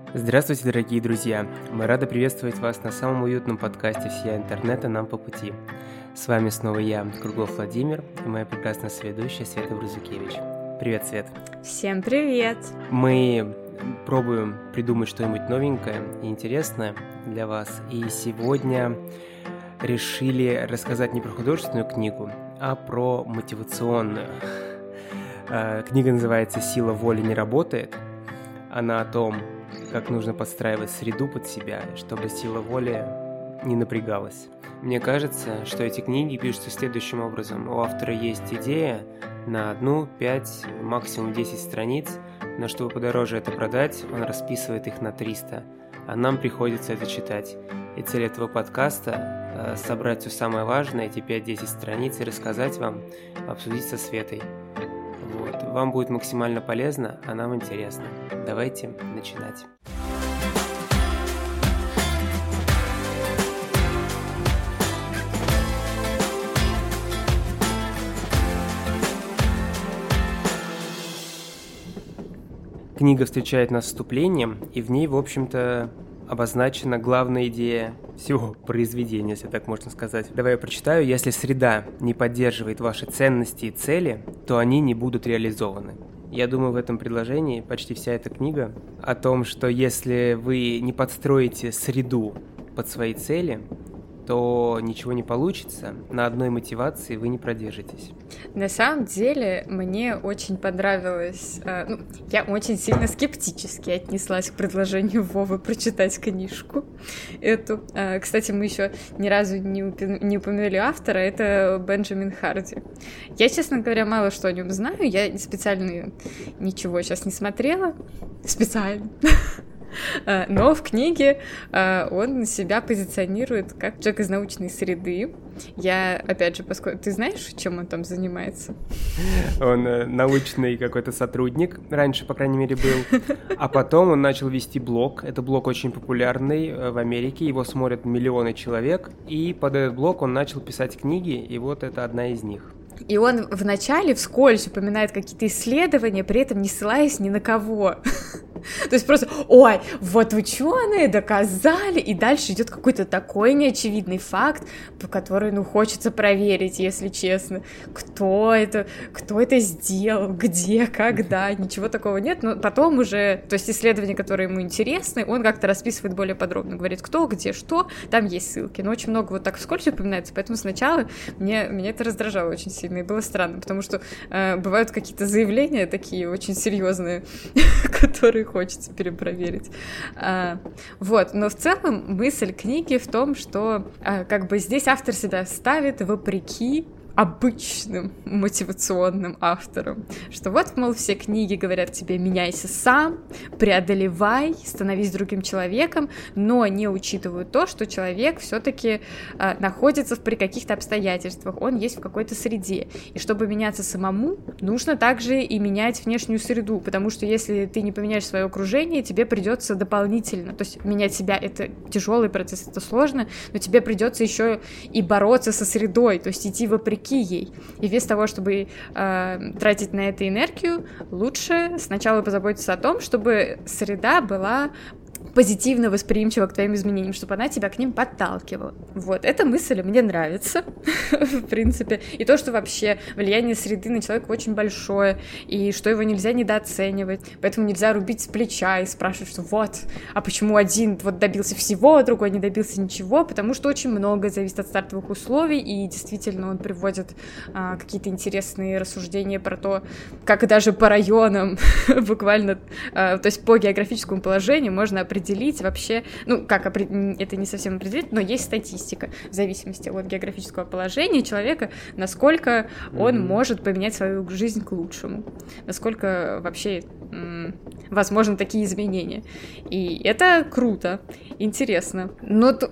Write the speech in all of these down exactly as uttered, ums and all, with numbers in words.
Здравствуйте, дорогие друзья! Мы рады приветствовать вас на самом уютном подкасте всея интернета «Нам по пути». С вами снова я, Круглов Владимир, и моя прекрасная соведущая Света Брузукевич. Привет, Свет! Всем привет! Мы пробуем придумать что-нибудь новенькое и интересное для вас, и сегодня решили рассказать не про художественную книгу, а про мотивационную. Книга называется «Сила воли не работает». Она о том, как нужно подстраивать среду под себя, чтобы сила воли не напрягалась. Мне кажется, что эти книги пишутся следующим образом. У автора есть идея на одну, пять, максимум десять страниц, но чтобы подороже это продать, он расписывает их на триста, а нам приходится это читать. И цель этого подкаста – собрать все самое важное, эти пять-десять страниц, и рассказать вам, обсудить со Светой. Вот. Вам будет максимально полезно, а нам интересно. Давайте начинать. Книга встречает нас вступлением, и в ней, в общем-то, обозначена главная идея всего произведения, если так можно сказать. Давай я прочитаю. «Если среда не поддерживает ваши ценности и цели, то они не будут реализованы». Я думаю, в этом предложении почти вся эта книга о том, что если вы не подстроите среду под свои цели, то ничего не получится, на одной мотивации вы не продержитесь. На самом деле, мне очень понравилось... Э, ну, я очень сильно скептически отнеслась к предложению Вовы прочитать книжку эту. Э, кстати, мы еще ни разу не, упи- не упомянули автора, это Бенджамин Харди. Я, честно говоря, мало что о нем знаю, я специально ничего сейчас не смотрела. Специально. Но в книге он себя позиционирует как человек из научной среды. Я, опять же, поскольку... Ты знаешь, чем он там занимается? Он научный какой-то сотрудник, раньше, по крайней мере, был. А потом он начал вести блог. Это блог очень популярный в Америке, его смотрят миллионы человек. И под этот блог он начал писать книги, и вот это одна из них. И он вначале вскользь упоминает какие-то исследования, при этом не ссылаясь ни на кого. То есть просто, ой, вот ученые доказали, и дальше идет какой-то такой неочевидный факт, который, ну, хочется проверить, если честно. Кто это, кто это сделал, где, когда, ничего такого нет. Но потом уже, то есть исследования, которые ему интересны, он как-то расписывает более подробно, говорит, кто, где, что, там есть ссылки. Но очень много вот так вскользь упоминается, поэтому сначала мне, меня это раздражало очень сильно, и было странно, потому что э, бывают какие-то заявления такие очень серьезные, которые хочется перепроверить. А, вот, но в целом мысль книги в том, что а, как бы здесь автор себя ставит вопреки обычным мотивационным автором, что вот, мол, все книги говорят тебе «меняйся сам», «преодолевай», «становись другим человеком», но не учитывают то, что человек все-таки э, находится при каких-то обстоятельствах, он есть в какой-то среде, и чтобы меняться самому, нужно также и менять внешнюю среду, потому что если ты не поменяешь свое окружение, тебе придется дополнительно, то есть менять себя — это тяжелый процесс, это сложно, но тебе придется еще и бороться со средой, то есть идти вопреки ей. И вместо того, чтобы э, тратить на это энергию, лучше сначала позаботиться о том, чтобы среда была позитивно восприимчива к твоим изменениям, чтобы она тебя к ним подталкивала. Вот, эта мысль мне нравится, в принципе. И то, что вообще влияние среды на человека очень большое, и что его нельзя недооценивать, поэтому нельзя рубить с плеча и спрашивать, что вот, а почему один вот добился всего, а другой не добился ничего, потому что очень многое зависит от стартовых условий, и действительно он приводит а, какие-то интересные рассуждения про то, как даже по районам, буквально, а, то есть по географическому положению можно определить вообще, ну, как, это не совсем определить, но есть статистика в зависимости от географического положения человека, насколько он mm-hmm. может поменять свою жизнь к лучшему, насколько вообще м- возможны такие изменения. И это круто, интересно. Но, тут...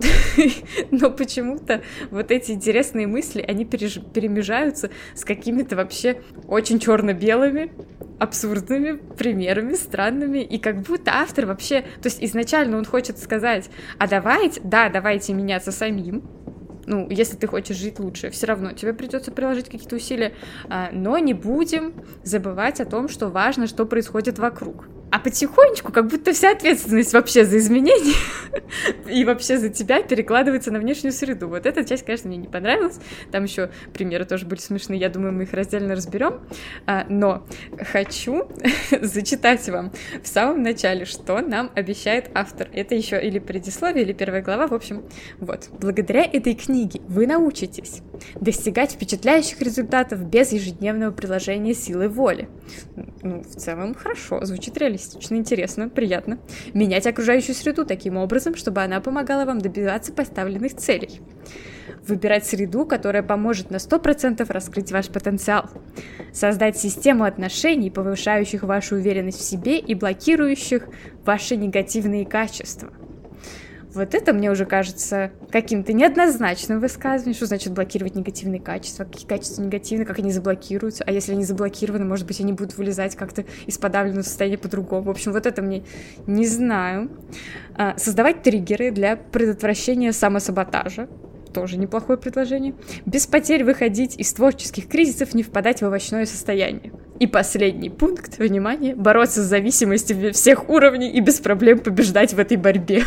но почему-то вот эти интересные мысли, они переж... перемежаются с какими-то вообще очень черно-белыми, абсурдными примерами, странными, и как будто автор вообще, то есть изначально он хочет сказать, а давайте, да, давайте меняться самим, ну, если ты хочешь жить лучше, все равно тебе придется приложить какие-то усилия, но не будем забывать о том, что важно, что происходит вокруг. А потихонечку, как будто вся ответственность вообще за изменения и вообще за тебя перекладывается на внешнюю среду. Вот эта часть, конечно, мне не понравилась. Там еще примеры тоже были смешные. Я думаю, мы их раздельно разберем. А, но хочу зачитать вам в самом начале, что нам обещает автор. Это еще или предисловие, или первая глава. В общем, вот. Благодаря этой книге вы научитесь достигать впечатляющих результатов без ежедневного приложения силы воли. Ну, в целом, хорошо, звучит реалистично, интересно, приятно. Менять окружающую среду таким образом, чтобы она помогала вам добиваться поставленных целей. Выбирать среду, которая поможет на сто процентов раскрыть ваш потенциал. Создать систему отношений, повышающих вашу уверенность в себе и блокирующих ваши негативные качества. Вот это мне уже кажется каким-то неоднозначным высказыванием. Что значит блокировать негативные качества? Какие качества негативные? Как они заблокируются? А если они заблокированы, может быть, они будут вылезать как-то из подавленного состояния по-другому? В общем, вот это мне не знаю. Создавать триггеры для предотвращения самосаботажа. Тоже неплохое предложение. Без потерь выходить из творческих кризисов, не впадать в овощное состояние. И последний пункт, внимание, бороться с зависимостью всех уровней и без проблем побеждать в этой борьбе.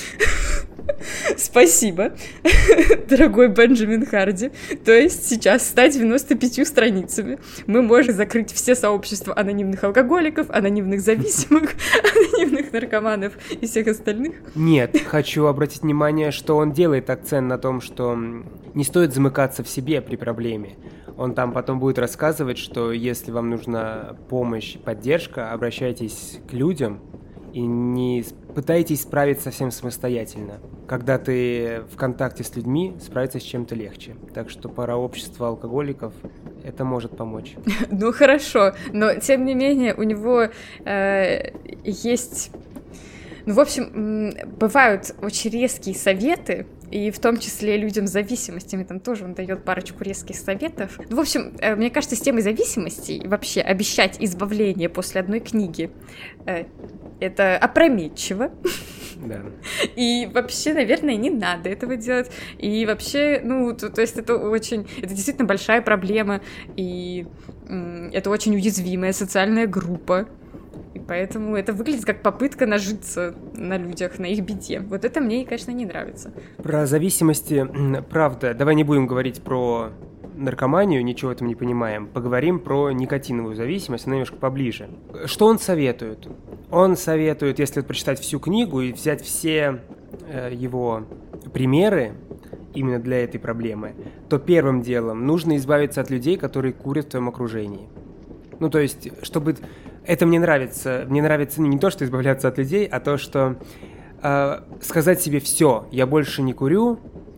Спасибо, дорогой Бенджамин Харди. То есть сейчас с ста девяноста пятью страницами мы можем закрыть все сообщества анонимных алкоголиков, анонимных зависимых, анонимных наркоманов и всех остальных. Нет, хочу обратить внимание, что он делает акцент на том, что не стоит замыкаться в себе при проблеме. Он там потом будет рассказывать, что если вам нужна помощь, поддержка, обращайтесь к людям и не пытайтесь справиться совсем самостоятельно. Когда ты в контакте с людьми, справиться с чем-то легче. Так что пара общества алкоголиков, это может помочь. Ну хорошо, но тем не менее у него э, есть... Ну, в общем, бывают очень резкие советы, и в том числе людям с зависимостями, там тоже он дает парочку резких советов. Ну, в общем, мне кажется, с темой зависимостей вообще обещать избавление после одной книги э, это опрометчиво. Да. И вообще, наверное, не надо этого делать. И вообще, ну, то, то есть это очень... Это действительно большая проблема, и м, это очень уязвимая социальная группа. И поэтому это выглядит как попытка нажиться на людях, на их беде. Вот это мне, конечно, не нравится. Про зависимости, правда, давай не будем говорить про наркоманию, ничего в этом не понимаем. Поговорим про никотиновую зависимость, она немножко поближе. Что он советует? Он советует, если вот прочитать всю книгу и взять все э, его примеры именно для этой проблемы, то первым делом нужно избавиться от людей, которые курят в твоем окружении. Ну, то есть, чтобы... Это мне нравится. Мне нравится не то, что избавляться от людей, а то, что э, сказать себе «все, я больше не курю»,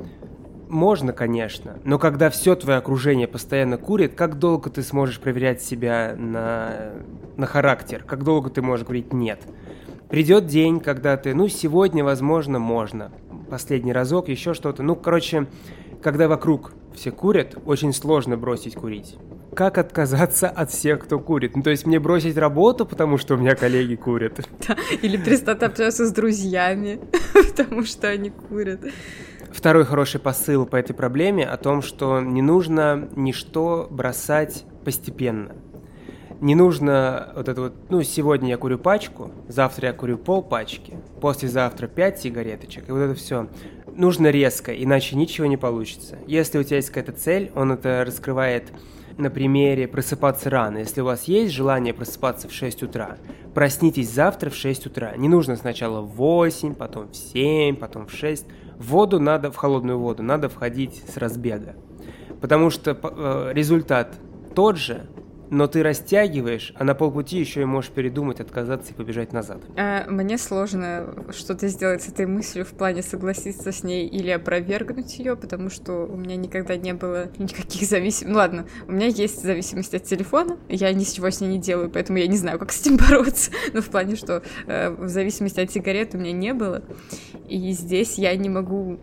можно, конечно, но когда все твое окружение постоянно курит, как долго ты сможешь проверять себя на, на характер? Как долго ты можешь говорить «нет»? Придет день, когда ты, ну, сегодня, возможно, можно. Последний разок, еще что-то. Ну, короче, когда вокруг все курят, очень сложно бросить курить. Как отказаться от всех, кто курит? Ну, то есть мне бросить работу, потому что у меня коллеги курят? Да, или перестать общаться с друзьями, потому что они курят. Второй хороший посыл по этой проблеме о том, что не нужно ничто бросать постепенно. Не нужно вот это вот, ну, сегодня я курю пачку, завтра я курю полпачки, послезавтра пять сигареточек, и вот это все. Нужно резко, иначе ничего не получится. Если у тебя есть какая-то цель, он это раскрывает на примере просыпаться рано. Если у вас есть желание просыпаться в шесть утра, проснитесь завтра в шесть утра. Не нужно сначала в восемь, потом в семь, потом в шесть. В воду надо, в холодную воду надо входить с разбега. Потому что э, результат тот же, но ты растягиваешь, а на полпути еще и можешь передумать, отказаться и побежать назад. А, мне сложно что-то сделать с этой мыслью в плане согласиться с ней или опровергнуть ее, потому что у меня никогда не было никаких зависимостей. Ну ладно, у меня есть зависимость от телефона, я ничего с ней не делаю, поэтому я не знаю, как с этим бороться. Но в плане, что э, в зависимости от сигарет у меня не было, и здесь я не могу...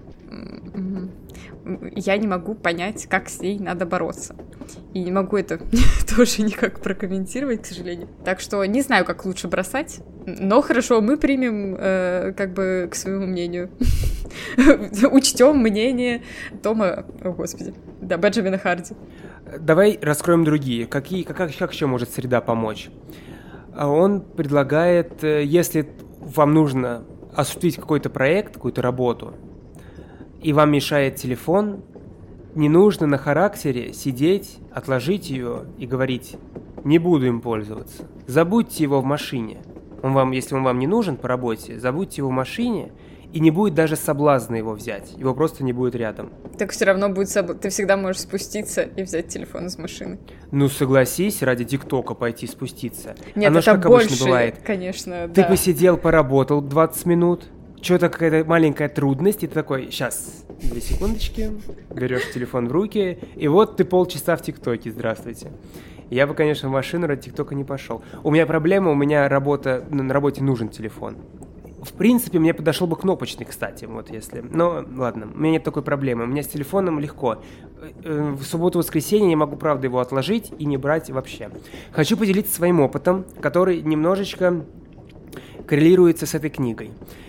я не могу понять, как с ней надо бороться. И не могу это тоже никак прокомментировать, к сожалению. Так что не знаю, как лучше бросать, но хорошо, мы примем э, как бы к своему мнению. Учтем мнение Тома, о господи, да, Бенджамина Харди. Давай раскроем другие. Какие, как, как еще может среда помочь? Он предлагает, если вам нужно осуществить какой-то проект, какую-то работу, и вам мешает телефон, не нужно на характере сидеть, отложить ее и говорить: не буду им пользоваться. Забудьте его в машине. Он вам, если он вам не нужен по работе, забудьте его в машине, и не будет даже соблазна его взять. Его просто не будет рядом. Так все равно будет соб... Ты всегда можешь спуститься и взять телефон из машины. Ну, согласись, ради ТикТока пойти спуститься. Нет, Оно это ж как больше, обычно бывает. Конечно, Ты да. посидел, поработал двадцать минут, что-то какая-то маленькая трудность, и ты такой: сейчас, две секундочки, берешь телефон в руки, и вот ты полчаса в ТикТоке, здравствуйте. Я бы, конечно, в машину ради ТикТока не пошел. У меня проблема, у меня работа, на работе нужен телефон. В принципе, мне подошел бы кнопочный, кстати, вот если... Но ладно, у меня нет такой проблемы. У меня с телефоном легко. В субботу-воскресенье я могу, правда, его отложить и не брать вообще. Хочу поделиться своим опытом, который немножечко коррелируется с этой книгой.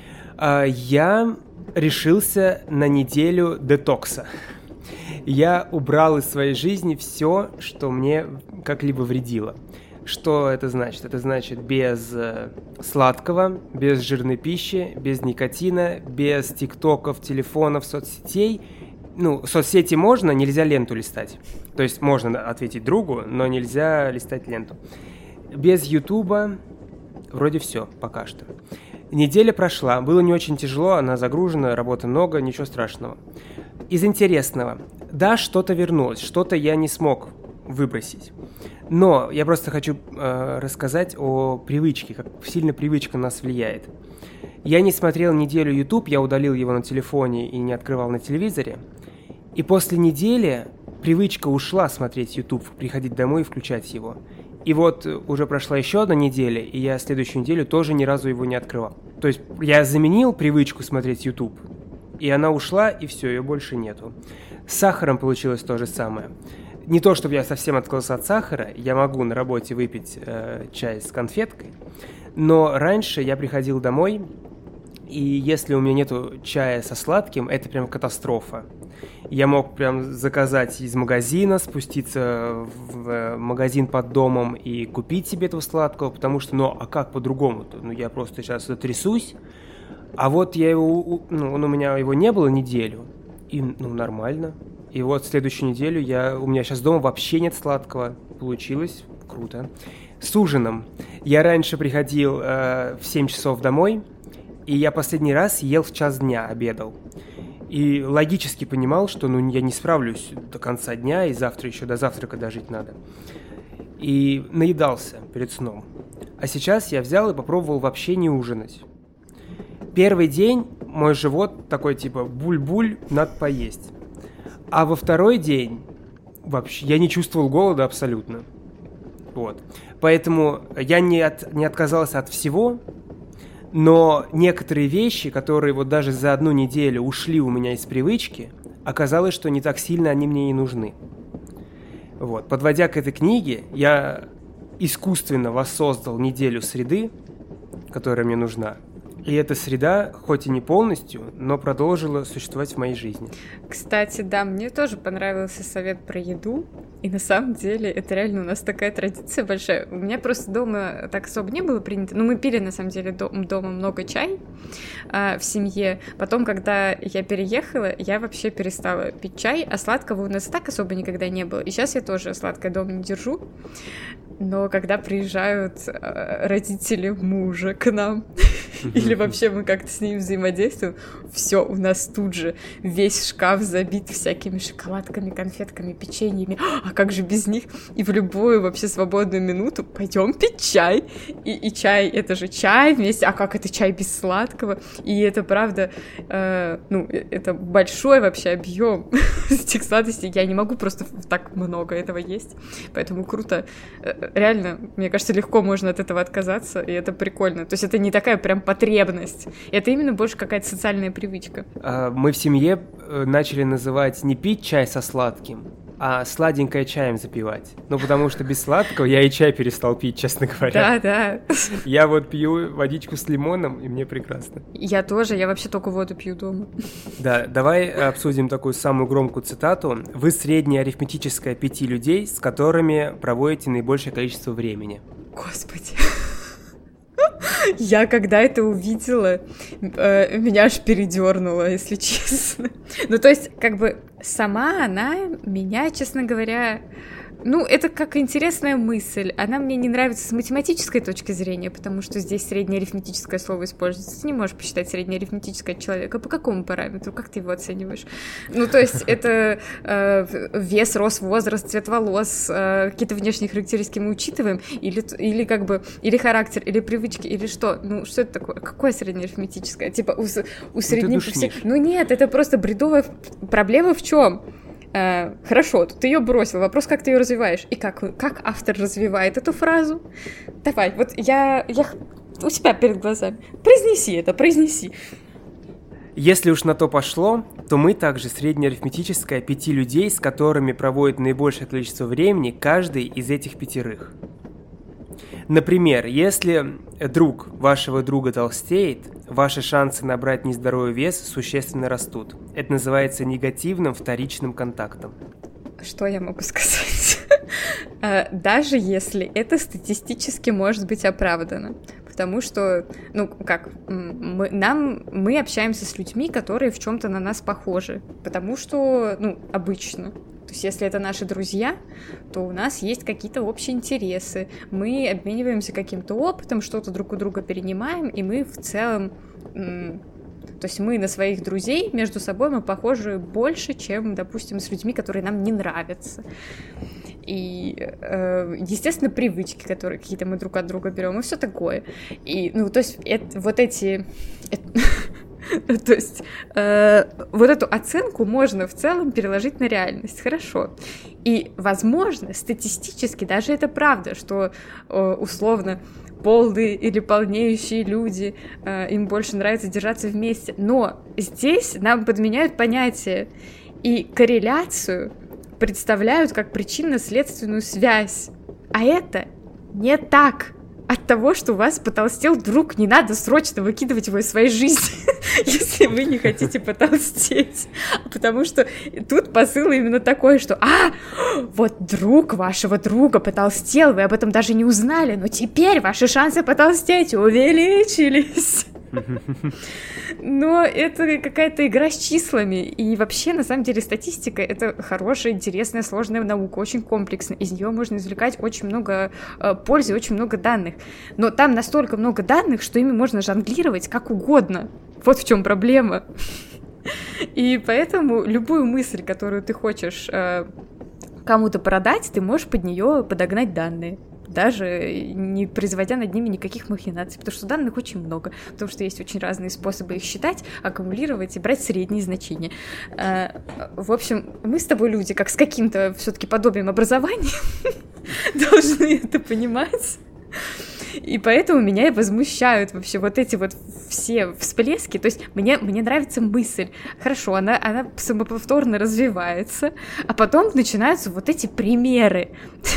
Я решился на неделю детокса. Я убрал из своей жизни все, что мне как-либо вредило. Что это значит? Это значит без э, сладкого, без жирной пищи, без никотина, без тиктоков, телефонов, соцсетей. Ну, соцсети можно, нельзя ленту листать. То есть можно ответить другу, но нельзя листать ленту. Без ютуба вроде все пока что. Неделя прошла, было не очень тяжело, она загружена, работы много, ничего страшного. Из интересного. Да, что-то вернулось, что-то я не смог выбросить. Но я просто хочу э, рассказать о привычке, как сильно привычка на нас влияет. Я не смотрел неделю YouTube, я удалил его на телефоне и не открывал на телевизоре. И после недели привычка ушла смотреть YouTube, приходить домой и включать его. И вот уже прошла еще одна неделя, и я следующую неделю тоже ни разу его не открывал. То есть я заменил привычку смотреть YouTube, и она ушла, и все, ее больше нету. С сахаром получилось то же самое. Не то, чтобы я совсем отказался от сахара, я могу на работе выпить э, чай с конфеткой, но раньше я приходил домой, и если у меня нету чая со сладким, это прям катастрофа. Я мог прям заказать из магазина, спуститься в магазин под домом и купить себе этого сладкого, потому что, ну, а как по-другому-то? Ну, я просто сейчас затрясусь, а вот я его, ну, он у меня его не было неделю, и, ну, нормально. И вот следующую неделю я, у меня сейчас дома вообще нет сладкого. Получилось круто. С ужином. Я раньше приходил э, в семь часов домой, и я последний раз ел в час дня, обедал. И логически понимал, что ну, я не справлюсь до конца дня, и завтра еще до завтрака дожить надо. И наедался перед сном. А сейчас я взял и попробовал вообще не ужинать. Первый день мой живот такой типа буль-буль, надо поесть. А во второй день вообще я не чувствовал голода абсолютно. Вот. Поэтому я не, от, не отказался от всего, но некоторые вещи, которые вот даже за одну неделю ушли у меня из привычки, оказалось, что не так сильно они мне и нужны. Вот. Подводя к этой книге, я искусственно воссоздал неделю среды, которая мне нужна. И эта среда, хоть и не полностью, но продолжила существовать в моей жизни. Кстати, да, мне тоже понравился совет про еду. И на самом деле это реально у нас такая традиция большая. У меня просто дома так особо не было принято. Ну, мы пили, на самом деле, дома много чай э, в семье. Потом, когда я переехала, я вообще перестала пить чай, а сладкого у нас так особо никогда не было. И сейчас я тоже сладкое дома не держу. Но когда приезжают э, родители мужа к нам, или вообще мы как-то с ним взаимодействуем, все, у нас тут же весь шкаф забит всякими шоколадками, конфетками, печеньями. А как же без них? И в любую вообще свободную минуту пойдем пить чай. И, и чай, это же чай вместе. А как это чай без сладкого? И это правда, э, ну, это большой вообще объем этих сладостей. Я не могу просто так много этого есть. Поэтому круто. Реально, мне кажется, легко можно от этого отказаться, и это прикольно. То есть это не такая прям потребность. Это именно больше какая-то социальная привычка. Мы в семье начали называть не пить чай со сладким, а сладенькое чаем запивать. Ну, потому что без сладкого я и чай перестал пить, честно говоря. Да, да. Я вот пью водичку с лимоном, и мне прекрасно. Я тоже, я вообще только воду пью дома. Да, давай обсудим такую самую громкую цитату. Вы среднее арифметическое пяти людей, с которыми проводите наибольшее количество времени. Господи. Я когда это увидела, э, меня аж передернуло, если честно. Ну, то есть, как бы, сама она меня, честно говоря... Ну, это как интересная мысль. Она мне не нравится с математической точки зрения, потому что здесь среднеарифметическое слово используется. Ты не можешь посчитать среднеарифметическое человека. По какому параметру? Как ты его оцениваешь? Ну, то есть это э, вес, рост, возраст, цвет волос, э, какие-то внешние характеристики мы учитываем? Или, или как бы, или характер, или привычки, или что? Ну, что это такое? Какое среднеарифметическое? Типа у, у среднеарифметического... Ну, нет, это просто бредовая проблема в чем? Uh, хорошо, ты ее бросил. Вопрос, как ты ее развиваешь? И как, как автор развивает эту фразу? Давай, вот я, я у тебя перед глазами. Произнеси это, произнеси. Если уж на то пошло, то мы также среднеарифметическое пяти людей, с которыми проводит наибольшее количество времени каждый из этих пятерых. Например, если друг вашего друга толстеет, ваши шансы набрать нездоровый вес существенно растут. Это называется негативным вторичным контактом. Что я могу сказать? Даже если это статистически может быть оправдано. Потому что, ну, как, мы, нам, мы общаемся с людьми, которые в чем-то на нас похожи. Потому что, ну, обычно. То есть, если это наши друзья, то у нас есть какие-то общие интересы, мы обмениваемся каким-то опытом, что-то друг у друга перенимаем, и мы в целом... М- то есть мы на своих друзей между собой мы похожи больше, чем, допустим, с людьми, которые нам не нравятся. И, э, естественно, привычки, которые какие-то мы друг от друга берем, и все такое. И, ну, то есть, это, вот эти... То есть э, вот эту оценку можно в целом переложить на реальность, хорошо. И, возможно, статистически даже это правда, что э, условно полные или полнеющие люди, э, им больше нравится держаться вместе. Но здесь нам подменяют понятие и корреляцию представляют как причинно-следственную связь. А это не так. От того, что у вас потолстел друг, не надо срочно выкидывать его из своей жизни, если вы не хотите потолстеть. Потому что тут посыл именно такой, что «А, вот друг вашего друга потолстел, вы об этом даже не узнали, но теперь ваши шансы потолстеть увеличились». Но это какая-то игра с числами. И вообще, на самом деле, статистика — это хорошая, интересная, сложная наука, очень комплексная. Из нее можно извлекать очень много э, пользы, очень много данных. Но там настолько много данных, что ими можно жонглировать как угодно. Вот в чем проблема. И поэтому любую мысль, которую ты хочешь э, кому-то продать, ты можешь под нее подогнать данные, даже не производя над ними никаких махинаций, потому что данных очень много, потому что есть очень разные способы их считать, аккумулировать и брать средние значения. В общем, мы с тобой люди, как с каким-то все-таки подобием образования, должны это понимать. И поэтому меня и возмущают вообще вот эти вот все всплески. То есть мне, мне нравится мысль. Хорошо, она, она самоповторно развивается, а потом начинаются вот эти примеры.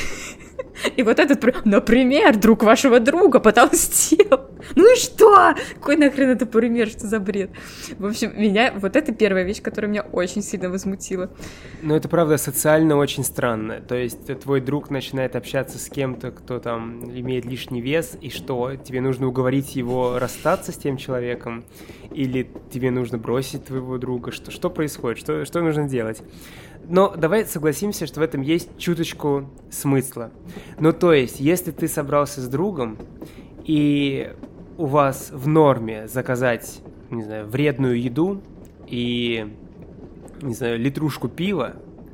И вот этот, например, друг вашего друга потолстел. Ну и что? Какой нахрен это пример, что за бред? В общем, меня, вот это первая вещь, которая меня очень сильно возмутила. Ну, это, правда, социально очень странно. То есть твой друг начинает общаться с кем-то, кто там имеет лишний вес, и что? Тебе нужно уговорить его расстаться с тем человеком? Или тебе нужно бросить твоего друга? Что, что происходит? Что, что нужно делать? Но давай согласимся, что в этом есть чуточку смысла. Ну, то есть, если ты собрался с другом, и у вас в норме заказать, не знаю, вредную еду и, не знаю, литрушку пива,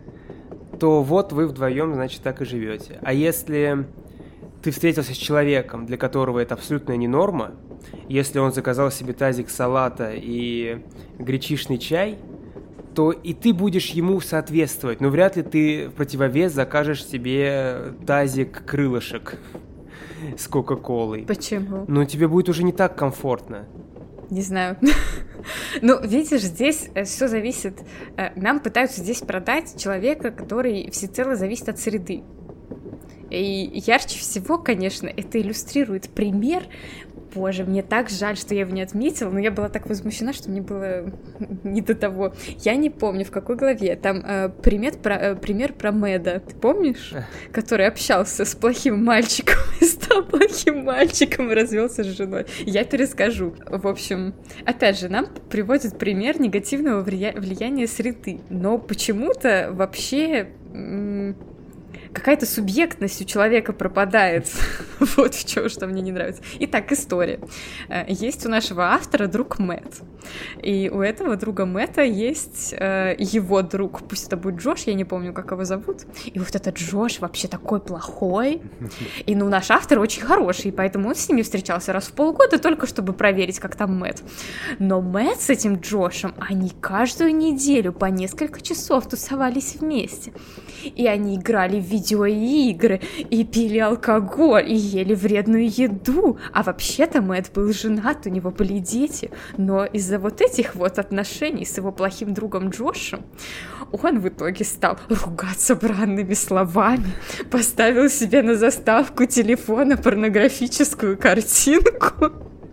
то вот вы вдвоем, значит, так и живете. А если ты встретился с человеком, для которого это абсолютно не норма, если он заказал себе тазик салата и гречишный чай, то и ты будешь ему соответствовать, но вряд ли ты в противовес закажешь себе тазик крылышек с кока-колой. Почему? Ну, тебе будет уже не так комфортно. Не знаю. Ну, видишь, здесь все зависит. Нам пытаются здесь продать человека, который всецело зависит от среды. И ярче всего, конечно, это иллюстрирует пример боже, мне так жаль, что я его не отметила, но я была так возмущена, что мне было не до того. Я не помню, в какой главе. Там э, пример, про, э, пример про Мэда, ты помнишь? Который общался с плохим мальчиком и стал плохим мальчиком и развелся с женой. Я перескажу. В общем, опять же, нам приводит пример негативного влия- влияния среды, но почему-то вообще... М- какая-то субъектность у человека пропадает. Вот в чем, что мне не нравится. Итак, история. Есть у нашего автора друг Мэтт. И у этого друга Мэтта есть э, его друг, пусть это будет Джош, я не помню, как его зовут. И вот этот Джош вообще такой плохой. И ну, наш автор очень хороший, поэтому он с ними встречался раз в полгода, только чтобы проверить, как там Мэтт. Но Мэтт с этим Джошем, они каждую неделю по несколько часов тусовались вместе. И они играли в видеоигры, и пили алкоголь, и ели вредную еду. А вообще-то Мэтт был женат, у него были дети. Но из-за вот этих вот отношений с его плохим другом Джошем он в итоге стал ругаться бранными словами, поставил себе на заставку телефона порнографическую картинку.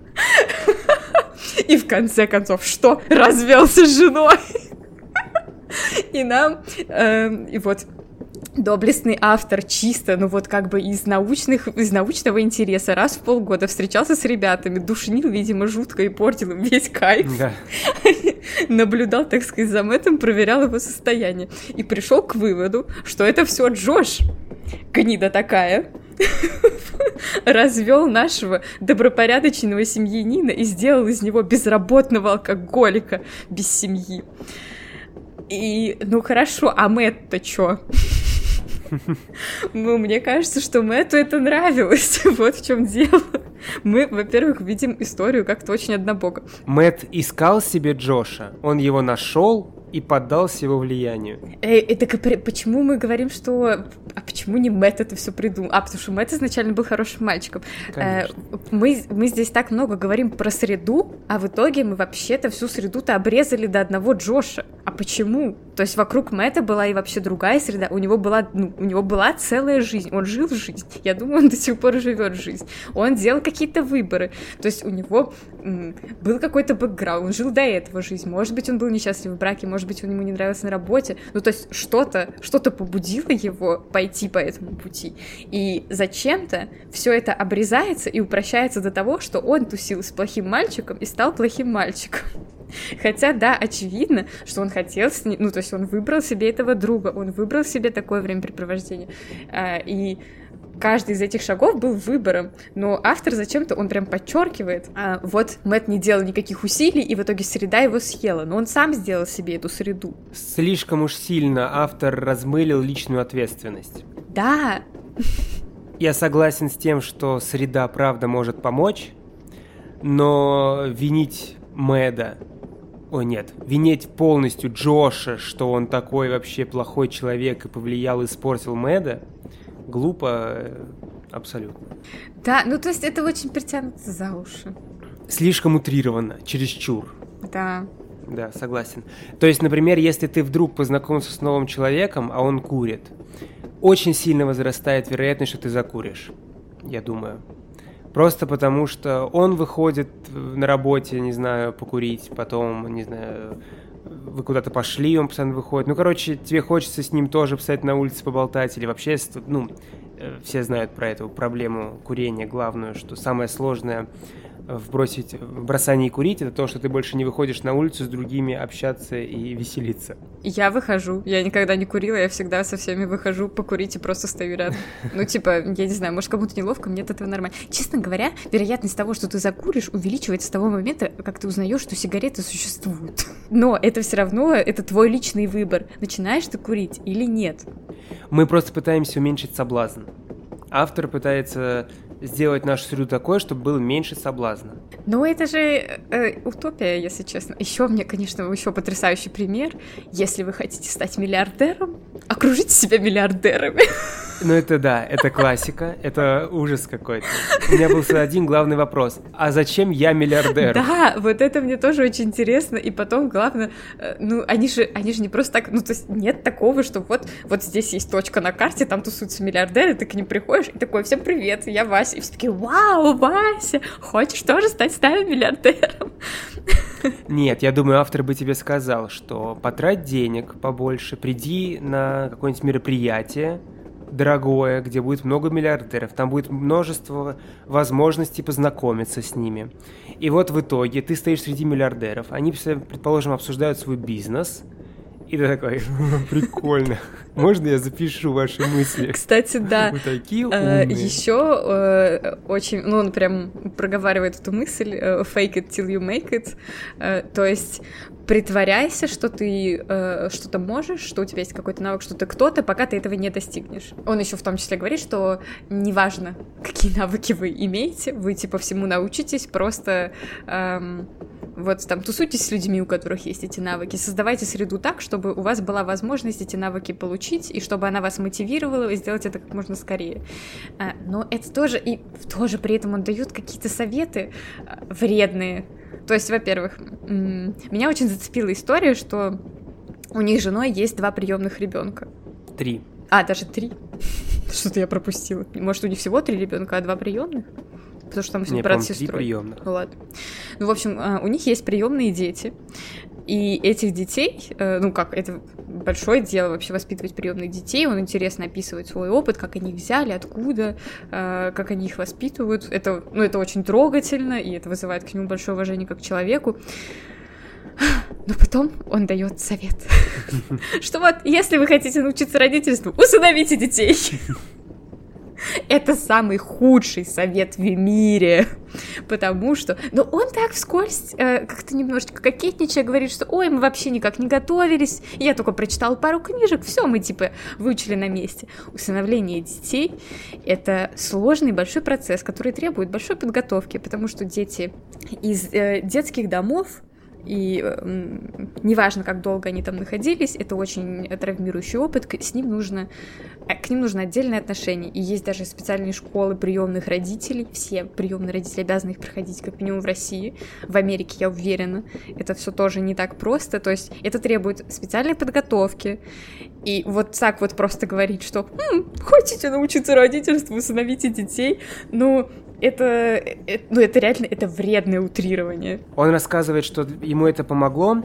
И в конце концов, что? Развелся с женой. И нам, э, и вот доблестный автор чисто, ну вот как бы из научных, из научного интереса раз в полгода встречался с ребятами, душнил, видимо, жутко и портил им весь кайф. Да. Наблюдал, так сказать, за Мэттом, проверял его состояние. И пришел к выводу, что это все Джош, гнида такая, развел нашего добропорядочного семьянина и сделал из него безработного алкоголика без семьи. И, ну хорошо, а Мэтт-то чё? Ну, мне кажется, что Мэтту это нравилось. Вот в чем дело. Мы, во-первых, видим историю как-то очень однобоко. Мэтт искал себе Джоша, он его нашел и поддался его влиянию. Эй, это почему мы говорим, что... А почему не Мэтт это все придумал? А, потому что Мэтт изначально был хорошим мальчиком. Конечно. Мы, мы здесь так много говорим про среду, а в итоге мы вообще-то всю среду-то обрезали до одного Джоша. А почему? То есть вокруг Мэтта была и вообще другая среда. У него была, ну, у него была целая жизнь. Он жил жизнь. Я думаю, он до сих пор живет жизнь. Он делал какие-то выборы. То есть у него м- был какой-то бэкграунд. Он жил до этого жизнь. Может быть, он был несчастлив в браке, может быть, он ему не нравился на работе. Ну, то есть что-то, что-то побудило его пойти по этому пути. И зачем-то все это обрезается и упрощается до того, что он тусил с плохим мальчиком и стал плохим мальчиком. Хотя, да, очевидно, что он хотел с ним, ну, то есть он выбрал себе этого друга, он выбрал себе такое времяпрепровождение. И каждый из этих шагов был выбором, но автор зачем-то, он прям подчеркивает, а вот Мэтт не делал никаких усилий, и в итоге среда его съела, но он сам сделал себе эту среду. Слишком уж сильно автор размылил личную ответственность. Да. Я согласен с тем, что среда правда может помочь, но винить Мэда, ой, нет, винить полностью Джоша, что он такой вообще плохой человек и повлиял, испортил Мэда, глупо абсолютно. Да, ну то есть это очень притянуто за уши. Слишком утрированно, чересчур. Да. Да, согласен. То есть, например, если ты вдруг познакомился с новым человеком, а он курит, очень сильно возрастает вероятность, что ты закуришь, я думаю. Просто потому, что он выходит на работе, не знаю, покурить, потом, не знаю, вы куда-то пошли, он постоянно выходит. Ну, короче, тебе хочется с ним тоже постоять на улице, поболтать, или вообще, ну, все знают про эту проблему курения главную, что самое сложное вбросить, в бросании курить, это то, что ты больше не выходишь на улицу с другими общаться и веселиться. Я выхожу. Я никогда не курила, я всегда со всеми выхожу покурить и просто стою рядом. Ну, типа, я не знаю, может, кому-то неловко, мне от этого нормально. Честно говоря, вероятность того, что ты закуришь, увеличивается с того момента, как ты узнаешь, что сигареты существуют. Но это все равно, это твой личный выбор. Начинаешь ты курить или нет? Мы просто пытаемся уменьшить соблазн. Автор пытается сделать нашу среду такой, чтобы было меньше соблазна. Ну, это же э, утопия, если честно. Еще мне, конечно, еще потрясающий пример. Если вы хотите стать миллиардером, окружите себя миллиардерами. Ну это да, это классика, это ужас какой-то. У меня был один главный вопрос: а зачем я миллиардер? Да, вот это мне тоже очень интересно, и потом, главное, ну, они же, они же не просто так, ну, то есть нет такого, что вот, вот здесь есть точка на карте, там тусуются миллиардеры, ты к ним приходишь и такой: всем привет, я Вася, и все такие: вау, Вася, хочешь тоже стать стаей миллиардером? Нет, я думаю, автор бы тебе сказал, что потрать денег побольше, приди на какое-нибудь мероприятие дорогое, где будет много миллиардеров, там будет множество возможностей познакомиться с ними. И вот в итоге ты стоишь среди миллиардеров, они, предположим, обсуждают свой бизнес, и ты такой: прикольно, можно я запишу ваши мысли? Кстати, да. Вы такие умные. Еще очень, ну, он прям проговаривает эту мысль: fake it till you make it, то есть притворяйся, что ты э, что-то можешь, что у тебя есть какой-то навык, что ты кто-то, пока ты этого не достигнешь. Он еще в том числе говорит, что неважно, какие навыки вы имеете, вы типа всему научитесь, просто эм, вот там тусуйтесь с людьми, у которых есть эти навыки, создавайте среду так, чтобы у вас была возможность эти навыки получить, и чтобы она вас мотивировала, и сделать это как можно скорее. Э, но это тоже, и тоже при этом он дает какие-то советы э, вредные. То есть, во-первых, меня очень зацепила история, что у них с женой есть два приемных ребенка. Три. А, даже три? Что-то я пропустила. Может, у них всего три ребенка, а два приемных? Потому что там все брат с сестрой. Три приемных. Ну ладно. Ну, в общем, у них есть приемные дети. И этих детей, ну как, это большое дело вообще воспитывать приемных детей. Он интересно описывает свой опыт, как они их взяли, откуда, как они их воспитывают. Это, ну, это очень трогательно, и это вызывает к нему большое уважение как к человеку. Но потом он дает совет, что вот, если вы хотите научиться родительству, усыновите детей. Это самый худший совет в мире, потому что... Ну, он так вскользь, э, как-то немножечко кокетничая, говорит, что ой, мы вообще никак не готовились, я только прочитал пару книжек, все, мы, типа, выучили на месте. Усыновление детей — это сложный большой процесс, который требует большой подготовки, потому что дети из э, детских домов, и э, неважно, как долго они там находились, это очень травмирующий опыт, к, с ним нужно, к ним нужно отдельное отношение. И есть даже специальные школы приемных родителей, все приемные родители обязаны их проходить, как минимум в России, в Америке, я уверена, это все тоже не так просто, то есть это требует специальной подготовки. И вот так вот просто говорить, что «М, хотите научиться родительству, усыновите детей», ну... Это, это, ну, это реально, это вредное утрирование. Он рассказывает, что ему это помогло,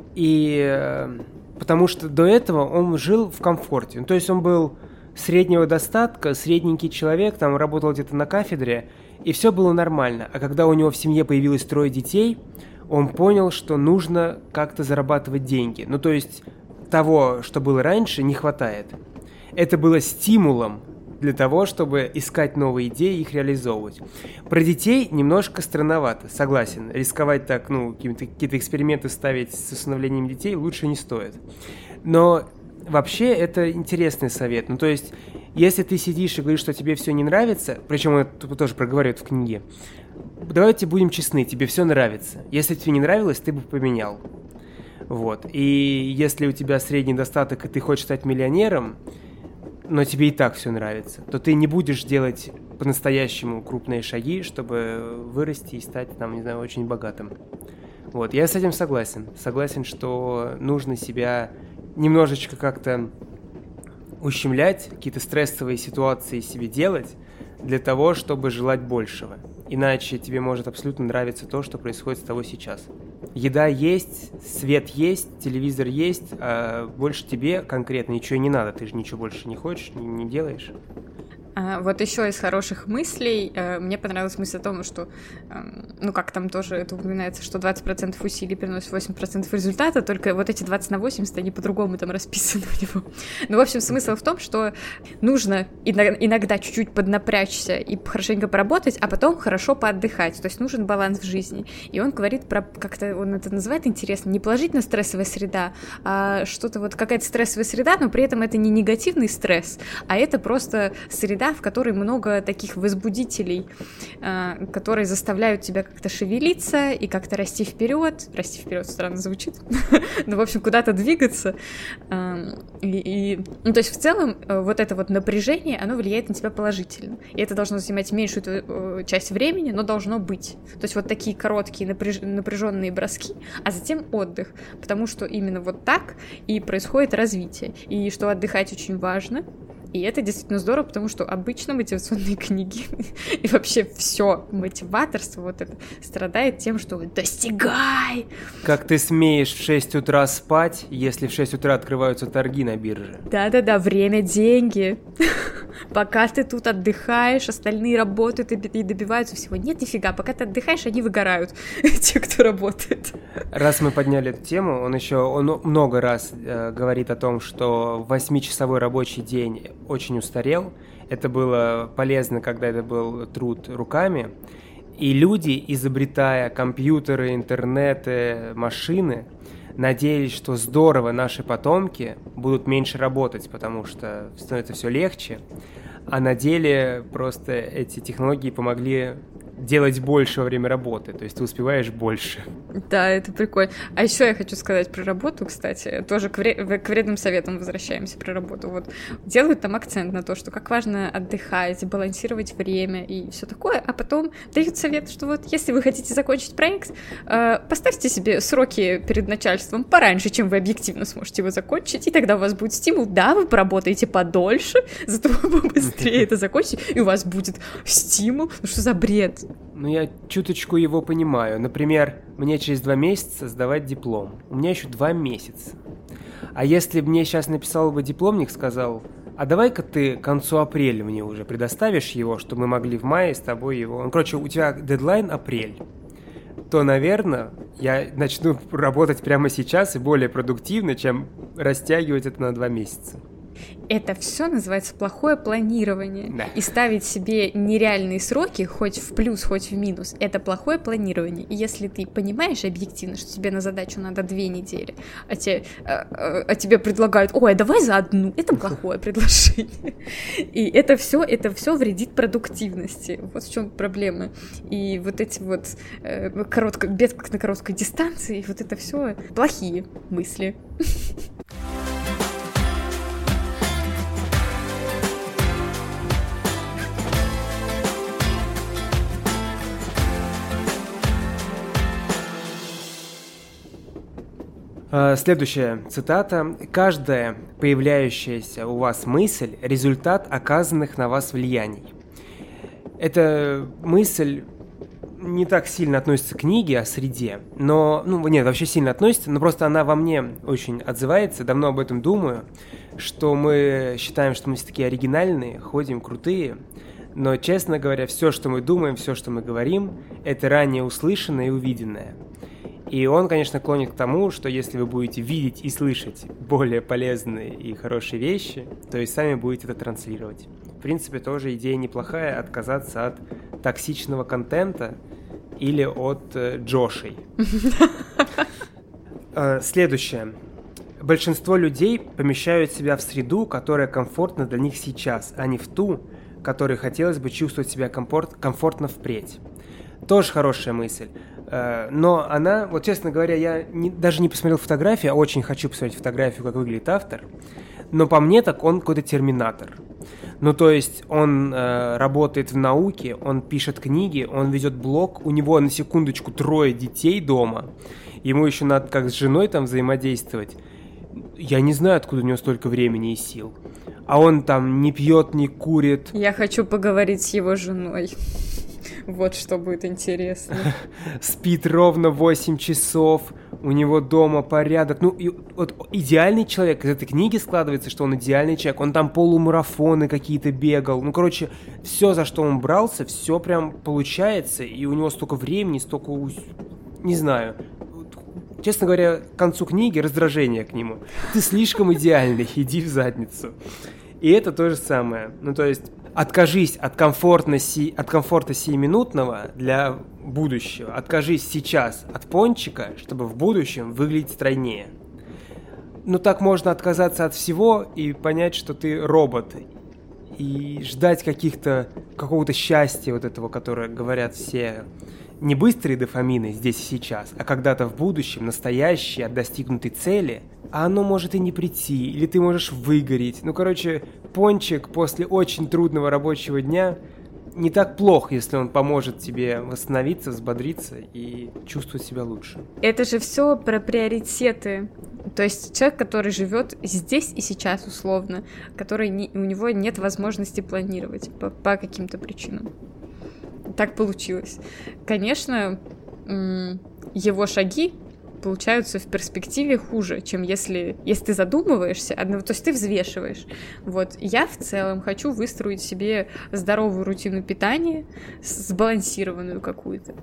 и потому что до этого он жил в комфорте. Ну, то есть он был среднего достатка, средненький человек, там работал где-то на кафедре, и все было нормально. А когда у него в семье появилось трое детей, он понял, что нужно как-то зарабатывать деньги. Ну, то есть того, что было раньше, не хватает. Это было стимулом для того, чтобы искать новые идеи и их реализовывать. Про детей немножко странновато, согласен. Рисковать так, ну, какие-то эксперименты ставить с усыновлением детей лучше не стоит. Но вообще это интересный совет. Ну, то есть, если ты сидишь и говоришь, что тебе все не нравится, причем он это тоже проговаривает в книге, давайте будем честны, тебе все нравится. Если тебе не нравилось, ты бы поменял. Вот. И если у тебя средний достаток, и ты хочешь стать миллионером, но тебе и так все нравится, то ты не будешь делать по-настоящему крупные шаги, чтобы вырасти и стать, там, не знаю, очень богатым. Вот, я с этим согласен. Согласен, что нужно себя немножечко как-то ущемлять, какие-то стрессовые ситуации себе делать для того, чтобы желать большего. Иначе тебе может абсолютно нравиться то, что происходит с тобой сейчас. Еда есть, свет есть, телевизор есть, а больше тебе конкретно ничего не надо. Ты же ничего больше не хочешь, не, не делаешь. А, вот еще из хороших мыслей э, мне понравилась мысль о том, что, э, ну как там тоже это упоминается, что двадцать процентов усилий приносит восемь процентов результата, только вот эти двадцать на восемьдесят, они по-другому там расписаны у него. Ну, в общем, смысл в том, что нужно иногда чуть-чуть поднапрячься и хорошенько поработать, а потом хорошо поотдыхать, то есть нужен баланс в жизни. И он говорит про, как-то он это называет интересно, не положительно стрессовая среда, а что-то вот какая-то стрессовая среда, но при этом это не негативный стресс, а это просто среда, среда, в которой много таких возбудителей, э, которые заставляют тебя как-то шевелиться и как-то расти вперед. Расти вперед странно звучит, но, в общем, куда-то двигаться. Э, и, и, ну, то есть, в целом, э, вот это вот напряжение, оно влияет на тебя положительно. И это должно занимать меньшую э, часть времени, но должно быть. То есть, вот такие короткие напряж... напряженные броски, а затем отдых. Потому что именно вот так и происходит развитие. И что отдыхать очень важно. И это действительно здорово, потому что обычно мотивационные книги и вообще все мотиваторство вот это страдает тем, что достигай! Как ты смеешь в шесть утра спать, если в шесть утра открываются торги на бирже? Да-да-да, время — деньги. Пока ты тут отдыхаешь, остальные работают и добиваются всего. Нет, нифига, пока ты отдыхаешь, они выгорают, те, кто работает. Раз мы подняли эту тему, он еще он много раз э, говорит о том, что восьмичасовой рабочий день очень устарел. Это было полезно, когда это был труд руками. И люди, изобретая компьютеры, интернеты, машины, надеялись, что здорово, наши потомки будут меньше работать, потому что становится все легче. А на деле просто эти технологии помогли делать больше во время работы, то есть ты успеваешь больше. Да, это прикольно. А еще я хочу сказать про работу, кстати, тоже к, вре- к вредным советам возвращаемся про работу. Вот делают там акцент на то, что как важно отдыхать, балансировать время и все такое, а потом дают совет, что вот если вы хотите закончить проект, э, поставьте себе сроки перед начальством пораньше, чем вы объективно сможете его закончить, и тогда у вас будет стимул. Да, вы поработаете подольше, зато вы быстрее это закончите, и у вас будет стимул. Ну что за бред? Ну, я чуточку его понимаю. Например, мне через два месяца сдавать диплом. У меня еще два месяца. А если бы мне сейчас написал бы дипломник, сказал, а давай-ка ты к концу апреля мне уже предоставишь его, чтобы мы могли в мае с тобой его... Ну, короче, у тебя дедлайн апрель. То, наверное, я начну работать прямо сейчас и более продуктивно, чем растягивать это на два месяца. Это все называется плохое планирование. Да. И ставить себе нереальные сроки, хоть в плюс, хоть в минус, это плохое планирование. И если ты понимаешь объективно, что тебе на задачу надо две недели, а, те, а, а, а тебе предлагают, ой, а давай за одну, это плохое предложение. И это все, это все вредит продуктивности. Вот в чем проблема. И вот эти вот э, коротко, бег на короткой дистанции, вот это все плохие мысли. Следующая цитата. «Каждая появляющаяся у вас мысль – результат оказанных на вас влияний». Эта мысль не так сильно относится к книге, о среде, но, ну, нет, вообще сильно относится, но просто она во мне очень отзывается, давно об этом думаю, что мы считаем, что мы все такие оригинальные, ходим крутые, но, честно говоря, все, что мы думаем, все, что мы говорим, это ранее услышанное и увиденное. И он, конечно, клонит к тому, что если вы будете видеть и слышать более полезные и хорошие вещи, то и сами будете это транслировать. В принципе, тоже идея неплохая — отказаться от токсичного контента или от э, Джошей. Следующее. Большинство людей помещают себя в среду, которая комфортна для них сейчас, а не в ту, которой хотелось бы чувствовать себя комфорт, комфортно впредь. Тоже хорошая мысль. Но она, вот честно говоря, я не, даже не посмотрел фотографию, а очень хочу посмотреть фотографию, как выглядит автор. Но по мне так он какой-то терминатор. Ну, то есть он э, работает в науке, он пишет книги, он ведет блог, у него на секундочку трое детей дома. Ему еще надо как с женой там взаимодействовать. Я не знаю, откуда у него столько времени и сил. А он там не пьет, не курит. Я хочу поговорить с его женой. Вот что будет интересно. Спит ровно восемь часов, у него дома порядок. Ну, и, вот идеальный человек. Из этой книги складывается, что он идеальный человек. Он там полумарафоны какие-то бегал. Ну, короче, все, за что он брался, все прям получается. И у него столько времени, столько... Не знаю. Честно говоря, к концу книги раздражение к нему. Ты слишком идеальный, иди в задницу. И это то же самое. Ну, то есть... Откажись от комфорта, си... от комфорта сиюминутного для будущего. Откажись сейчас от пончика, чтобы в будущем выглядеть стройнее. Ну так можно отказаться от всего и понять, что ты робот. и ждать каких-то, какого-то счастья вот этого, которое говорят все, не быстрые дофамины здесь и сейчас, а когда-то в будущем, настоящее, от достигнутой цели, а оно может и не прийти, или ты можешь выгореть. Ну, короче, пончик после очень трудного рабочего дня не так плох, если он поможет тебе восстановиться, взбодриться и чувствовать себя лучше. Это же все про приоритеты. То есть человек, который живет здесь и сейчас условно, который не, у него нет возможности планировать по, по каким-то причинам. Так получилось. Конечно, его шаги получаются в перспективе хуже, чем если, если ты задумываешься, то есть ты взвешиваешь. Вот. Я в целом хочу выстроить себе здоровую рутину питания, сбалансированную какую-то.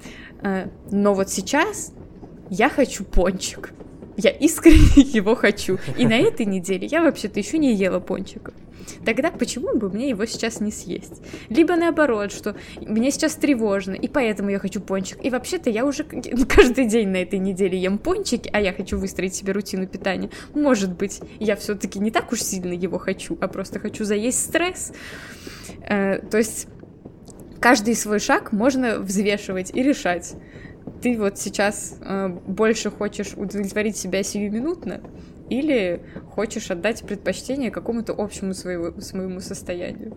Но вот сейчас я хочу пончик. Я искренне его хочу. И на этой неделе я вообще-то еще не ела пончиков. Тогда почему бы мне его сейчас не съесть? Либо наоборот, что мне сейчас тревожно, и поэтому я хочу пончик. И вообще-то я уже каждый день на этой неделе ем пончики, а я хочу выстроить себе рутину питания. Может быть, я все-таки не так уж сильно его хочу, а просто хочу заесть стресс. Э, то есть каждый свой шаг можно взвешивать и решать. Ты вот сейчас э, больше хочешь удовлетворить себя сиюминутно, или хочешь отдать предпочтение какому-то общему своему, своему состоянию.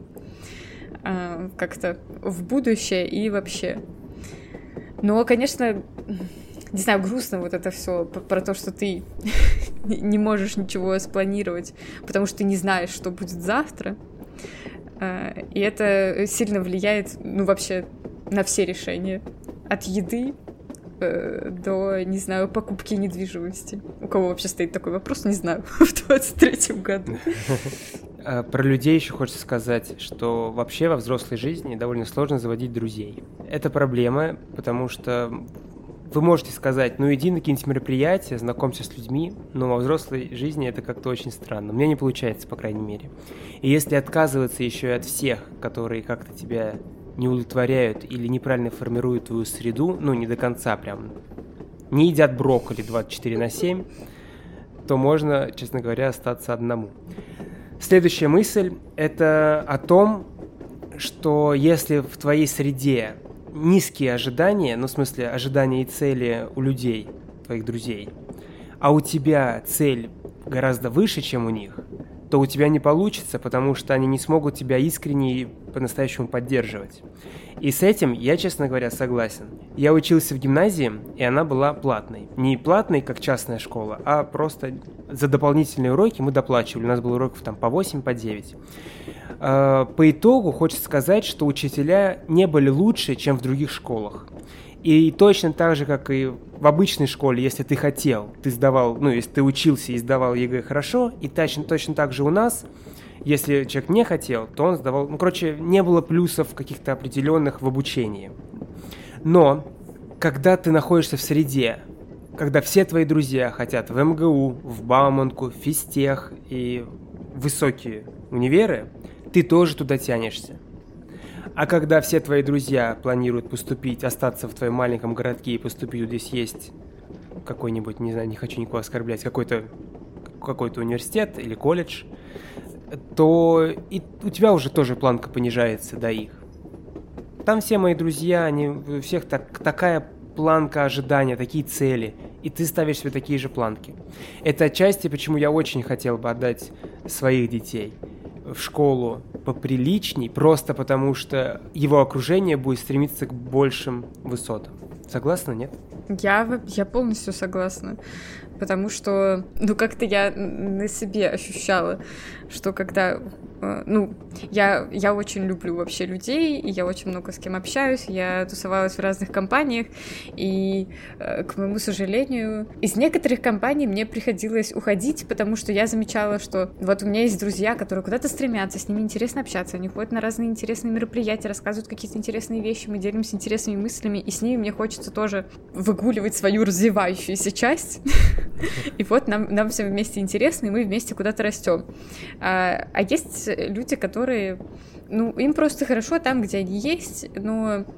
А, как-то в будущее и вообще. Но, конечно, не знаю, грустно вот это все про то, что ты не можешь ничего спланировать, потому что ты не знаешь, что будет завтра. А, и это сильно влияет, ну, вообще на все решения. От еды до, не знаю, покупки недвижимости. У кого вообще стоит такой вопрос, не знаю, в двадцать третьем году. Про людей еще хочется сказать, что вообще во взрослой жизни довольно сложно заводить друзей. Это проблема, потому что вы можете сказать, ну иди на какие-нибудь мероприятия, знакомься с людьми, но во взрослой жизни это как-то очень странно. У меня не получается, по крайней мере. И если отказываться еще и от всех, которые как-то тебя не удовлетворяют или неправильно формируют твою среду, ну, не до конца прям, не едят брокколи двадцать четыре на семь, то можно, честно говоря, остаться одному. Следующая мысль – это о том, что если в твоей среде низкие ожидания, ну, в смысле, ожидания и цели у людей, твоих друзей, а у тебя цель гораздо выше, чем у них, то у тебя не получится, потому что они не смогут тебя искренне и по-настоящему поддерживать. И с этим я, честно говоря, согласен. Я учился в гимназии, и она была платной. Не платной, как частная школа, а просто за дополнительные уроки мы доплачивали. У нас было уроков там по восемь, по девять. По итогу хочется сказать, что учителя не были лучше, чем в других школах. И точно так же, как и в обычной школе, если ты хотел, ты сдавал, ну, если ты учился и сдавал ЕГЭ хорошо, и точно, точно так же у нас, если человек не хотел, то он сдавал, ну, короче, не было плюсов каких-то определенных в обучении. Но, когда ты находишься в среде, когда все твои друзья хотят в эм гэ у, в Бауманку, в физтех и высокие универы, ты тоже туда тянешься. А когда все твои друзья планируют поступить, остаться в твоем маленьком городке и поступить, вот здесь есть какой-нибудь, не знаю, не хочу никого оскорблять, какой-то, какой-то университет или колледж, то и у тебя уже тоже планка понижается до их. Там все мои друзья, они, у всех так, такая планка ожидания, такие цели, и ты ставишь себе такие же планки. Это отчасти, почему я очень хотел бы отдать своих детей в школу поприличней, просто потому что его окружение будет стремиться к большим высотам. Согласна, нет? Я, я полностью согласна, потому что, ну, как-то я на себе ощущала, что когда, ну, я, я очень люблю вообще людей, и я очень много с кем общаюсь, я тусовалась в разных компаниях, и, к моему сожалению, из некоторых компаний мне приходилось уходить, потому что я замечала, что вот у меня есть друзья, которые куда-то стремятся, с ними интересно общаться, они ходят на разные интересные мероприятия, рассказывают какие-то интересные вещи, мы делимся интересными мыслями, и с ними мне хочется тоже выгуливать свою развивающуюся часть. И вот нам, нам всем вместе интересно, и мы вместе куда-то растем. А, а есть люди, которые, ну, им просто хорошо там, где они есть, но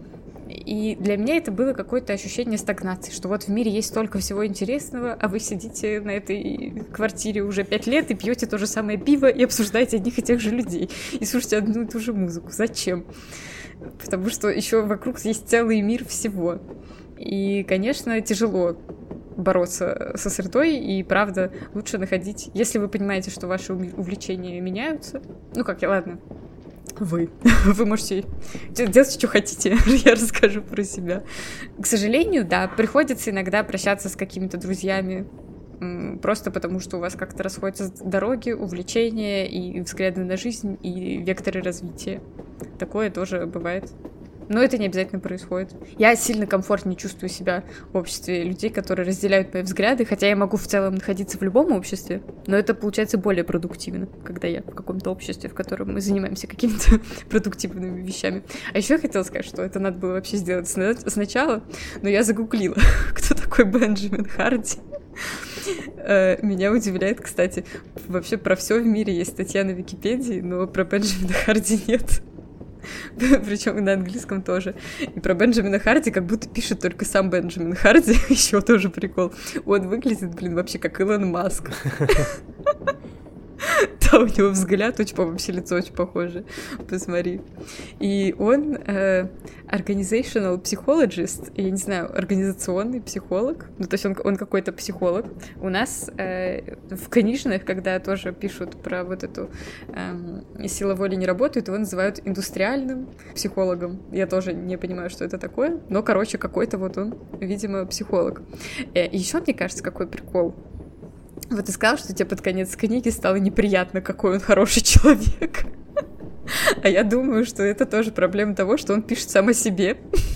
И для меня это было какое-то ощущение стагнации, что вот в мире есть столько всего интересного, а вы сидите на этой квартире уже пять лет и пьете то же самое пиво и обсуждаете одних и тех же людей, и слушаете одну и ту же музыку. Зачем? Потому что еще вокруг есть целый мир всего. И, конечно, тяжело бороться со средой, и, правда, лучше находить... Если вы понимаете, что ваши увлечения меняются... Ну как, я, ладно, вы. Вы можете делать, что хотите, я расскажу про себя. К сожалению, да, приходится иногда прощаться с какими-то друзьями, просто потому что у вас как-то расходятся дороги, увлечения, и взгляды на жизнь, и векторы развития. Такое тоже бывает. Но это не обязательно происходит. Я сильно комфортнее чувствую себя в обществе людей, которые разделяют мои взгляды, хотя я могу в целом находиться в любом обществе, но это получается более продуктивно, когда я в каком-то обществе, в котором мы занимаемся какими-то продуктивными вещами. А еще я хотела сказать, что это надо было вообще сделать сначала, но я загуглила, кто такой Бенджамин Харди. Меня удивляет, кстати, вообще про все в мире есть статья на Википедии, но про Бенджамина Харди нет. Причем и на английском тоже. И про Бенджамина Харди как будто пишет только сам Бенджамин Харди. Еще тоже прикол. Он выглядит, блин, вообще как Илон Маск. Да, у него взгляд очень, вообще лицо очень похоже. Посмотри. И он э, organizational psychologist, я не знаю, организационный психолог. Ну, то есть он, он какой-то психолог. У нас э, в книжных, когда тоже пишут про вот эту э, сила воли не работает, его называют индустриальным психологом. Я тоже не понимаю, что это такое, но, короче, какой-то вот он, видимо, психолог. Э, еще, мне кажется, какой прикол. Вот ты сказал, что тебе под конец книги стало неприятно, какой он хороший человек. А я думаю, что это тоже проблема того, что он пишет сам о себе.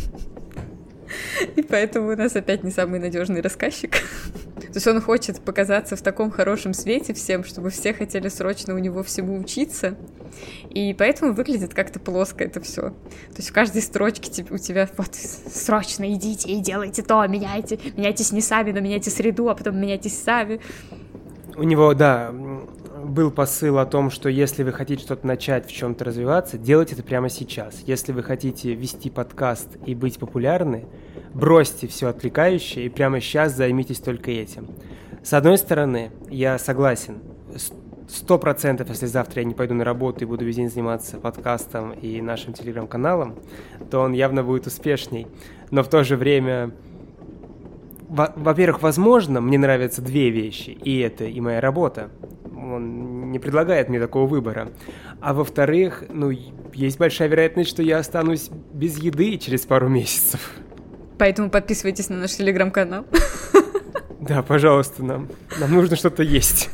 И поэтому у нас опять не самый надежный рассказчик. То есть он хочет показаться в таком хорошем свете всем, чтобы все хотели срочно у него всему учиться. И поэтому выглядит как-то плоско это все. То есть в каждой строчке у тебя вот срочно идите и делайте то, меняйте, меняйтесь не сами, но меняйте среду, а потом меняйтесь сами. У него, да, был посыл о том, что если вы хотите что-то начать, в чем-то развиваться, делайте это прямо сейчас. Если вы хотите вести подкаст и быть популярны, бросьте все отвлекающее и прямо сейчас займитесь только этим. С одной стороны, я согласен, сто процентов, если завтра я не пойду на работу и буду весь день заниматься подкастом и нашим телеграм-каналом, то он явно будет успешней. Но в то же время... Во-первых, возможно, мне нравятся две вещи, и это, и моя работа. Он не предлагает мне такого выбора. А во-вторых, ну, есть большая вероятность, что я останусь без еды через пару месяцев. Поэтому подписывайтесь на наш телеграм-канал. Да, пожалуйста, нам, нам нужно что-то есть.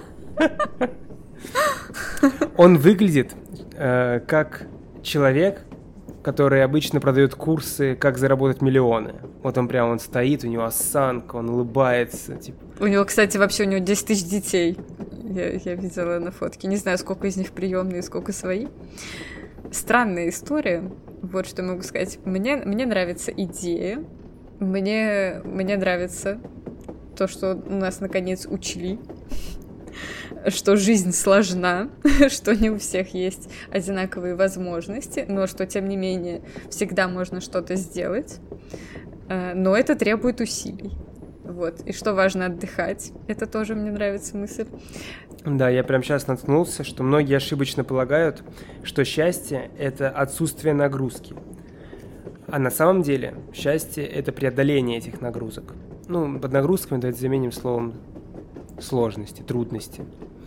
Он выглядит э, как человек, который обычно продает курсы «Как заработать миллионы». Вот он прям, он стоит, у него осанка, он улыбается. Типа. У него, кстати, вообще у него десять тысяч детей. Я, я видела на фотке. Не знаю, сколько из них приемные, сколько свои. Странная история. Вот что могу сказать. Мне, мне нравится идея. Мне, мне нравится то, что нас, наконец, учли. Что жизнь сложна, что не у всех есть одинаковые возможности, но что, тем не менее, всегда можно что-то сделать, но это требует усилий. Вот. И что важно отдыхать, это тоже мне нравится мысль. Да, я прямо сейчас наткнулся, что многие ошибочно полагают, что счастье – это отсутствие нагрузки. А на самом деле счастье – это преодоление этих нагрузок. Ну, под нагрузками давайте заменим словом сложности, трудности.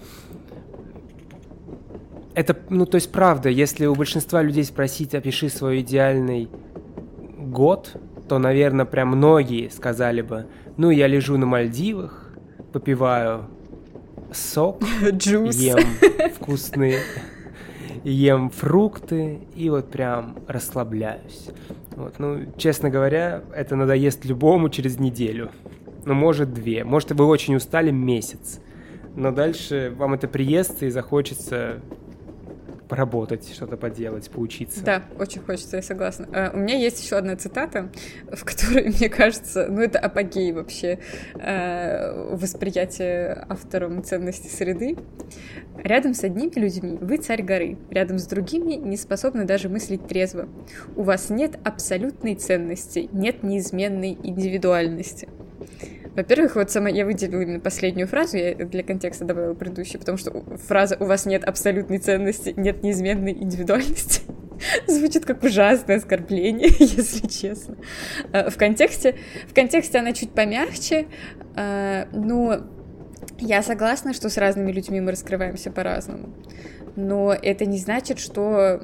Это, ну, то есть, правда, если у большинства людей спросить, опиши свой идеальный год, то, наверное, прям многие сказали бы, ну, я лежу на Мальдивах, попиваю сок, ем вкусные, ем фрукты и вот прям расслабляюсь. Вот, ну, честно говоря, это надоест любому через неделю. Ну, может, две. Может, вы очень устали месяц. Но дальше вам это приестся и захочется поработать, что-то поделать, поучиться. Да, очень хочется, я согласна. Uh, у меня есть еще одна цитата, в которой, мне кажется, ну это апогей вообще uh, восприятия автором ценности среды. Рядом с одними людьми вы царь горы, рядом с другими не способны даже мыслить трезво. У вас нет абсолютной ценности, нет неизменной индивидуальности. Во-первых, вот сама я выделила именно последнюю фразу, я для контекста добавила предыдущую, потому что фраза «у вас нет абсолютной ценности, нет неизменной индивидуальности» звучит как ужасное оскорбление, если честно. В контексте, в контексте она чуть помягче, но я согласна, что с разными людьми мы раскрываемся по-разному, но это не значит, что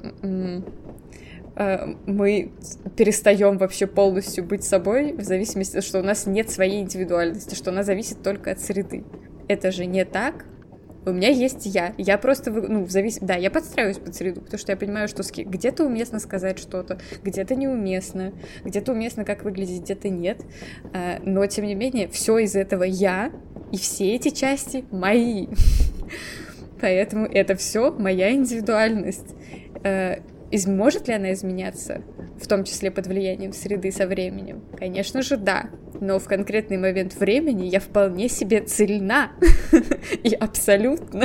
мы перестаем вообще полностью быть собой в зависимости от того, что у нас нет своей индивидуальности, что она зависит только от среды. Это же не так. У меня есть я. Я просто, ну, в завис... Да, я подстраиваюсь под среду, потому что я понимаю, что где-то уместно сказать что-то, где-то неуместно, где-то уместно как выглядеть, где-то нет. Но, тем не менее, все из этого я, и все эти части мои. Поэтому это все моя индивидуальность. Может ли она изменяться, в том числе под влиянием среды со временем? Конечно же, да. Но в конкретный момент времени я вполне себе цельна и абсолютно.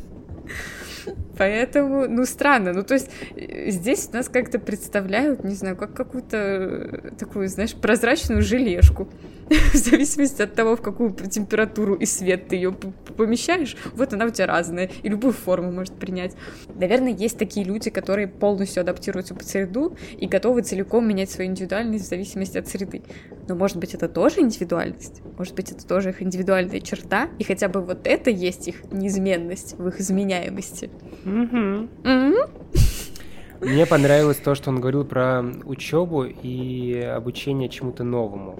Поэтому, ну, странно. Ну, то есть здесь нас как-то представляют, не знаю, как какую-то такую, знаешь, прозрачную желешку. В зависимости от того, в какую температуру и свет ты ее помещаешь, вот она у тебя разная, и любую форму может принять. Наверное, есть такие люди, которые полностью адаптируются под среду и готовы целиком менять свою индивидуальность в зависимости от среды. Но, может быть, это тоже индивидуальность? Может быть, это тоже их индивидуальная черта? И хотя бы вот это есть их неизменность в их изменяемости. Mm-hmm. Mm-hmm. Мне понравилось то, что он говорил про учебу и обучение чему-то новому.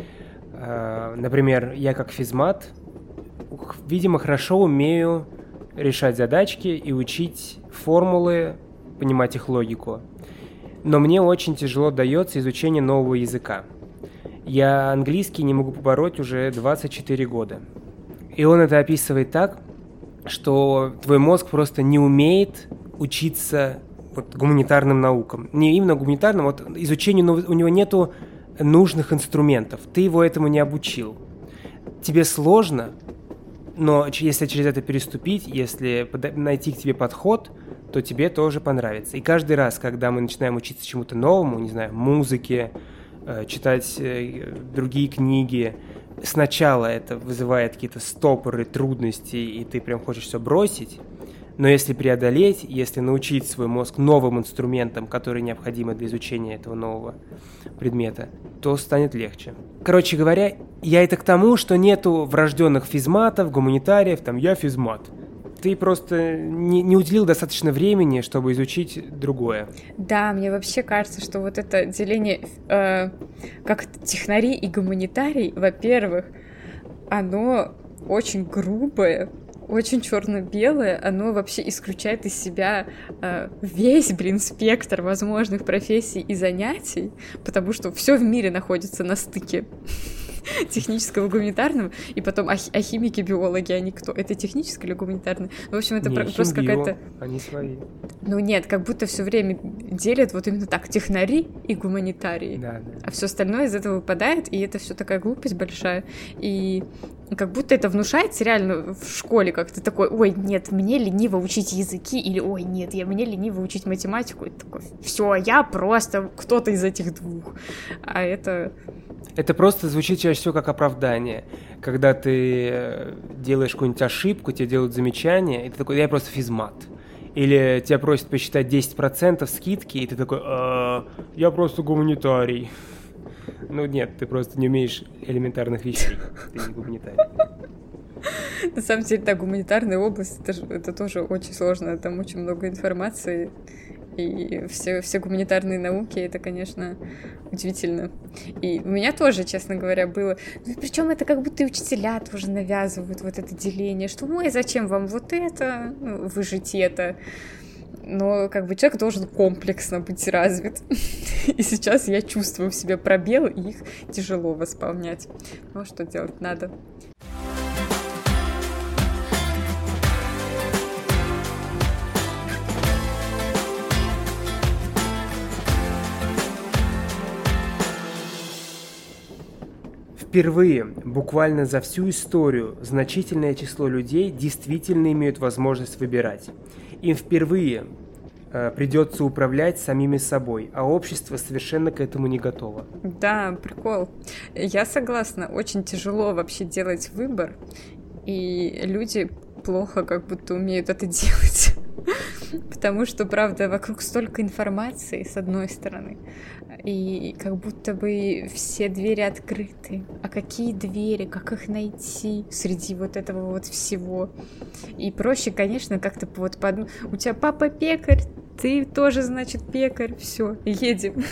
Например, я как физмат, видимо, хорошо умею решать задачки и учить формулы, понимать их логику. Но мне очень тяжело дается изучение нового языка. Я английский не могу побороть уже двадцать четыре года. И он это описывает так, что твой мозг просто не умеет учиться вот, гуманитарным наукам. Не именно гуманитарным, вот изучению, но у него нету нужных инструментов. Ты его этому не обучил. Тебе сложно, но если через это переступить, если найти к тебе подход, то тебе тоже понравится. И каждый раз, когда мы начинаем учиться чему-то новому, не знаю, музыке, читать другие книги, сначала это вызывает какие-то стопоры, трудности, и ты прям хочешь все бросить. Но если преодолеть, если научить свой мозг новым инструментам, которые необходимы для изучения этого нового предмета, то станет легче. Короче говоря, я это к тому, что нету врожденных физматов, гуманитариев, там я физмат. Ты просто не, не уделил достаточно времени, чтобы изучить другое. Да, мне вообще кажется, что вот это деление э, как технари и гуманитарий, во-первых, оно очень грубое, очень черно-белое, оно вообще исключает из себя э, весь, блин, спектр возможных профессий и занятий, потому что все в мире находится на стыке технического, гуманитарного, и потом а, а химики, биологи, они кто? Это техническое или гуманитарное? Ну, в общем, это не, про- просто какая-то... Они свои. Ну нет, как будто все время делят вот именно так, технари и гуманитарии. Да, да. А все остальное из этого выпадает, и это все такая глупость большая. И как будто это внушается реально в школе, как ты такой, ой, нет, мне лениво учить языки, или ой, нет, я, мне лениво учить математику. И такой, все, я просто кто-то из этих двух. А это... Это просто звучит чаще всего как оправдание. Когда ты делаешь какую-нибудь ошибку, тебе делают замечание, и ты такой, я просто физмат. Или тебя просят посчитать десять процентов скидки, и ты такой, а, я просто гуманитарий. Ну нет, ты просто не умеешь элементарных вещей. Ты не гуманитарий. На самом деле, да, гуманитарная область, это, это тоже очень сложно, там очень много информации. И все, все гуманитарные науки, это, конечно, удивительно. И у меня тоже, честно говоря, было... Ну, причем это как будто и учителя тоже навязывают вот это деление, что, ой, зачем вам вот это, ну, вы же это. Но как бы человек должен комплексно быть развит. И сейчас я чувствую в себе пробелы, и их тяжело восполнять. Ну, что делать надо? впервые, буквально за всю историю, значительное число людей действительно имеют возможность выбирать. Им впервые э, придется управлять самими собой, а общество совершенно к этому не готово. Да, прикол. Я согласна, очень тяжело вообще делать выбор, и люди плохо как будто умеют это делать. Потому что, правда, вокруг столько информации, с одной стороны, и как будто бы все двери открыты. А какие двери, как их найти среди вот этого вот всего? И проще, конечно, как-то вот по одну... У тебя папа пекарь, ты тоже, значит, пекарь, все, едем.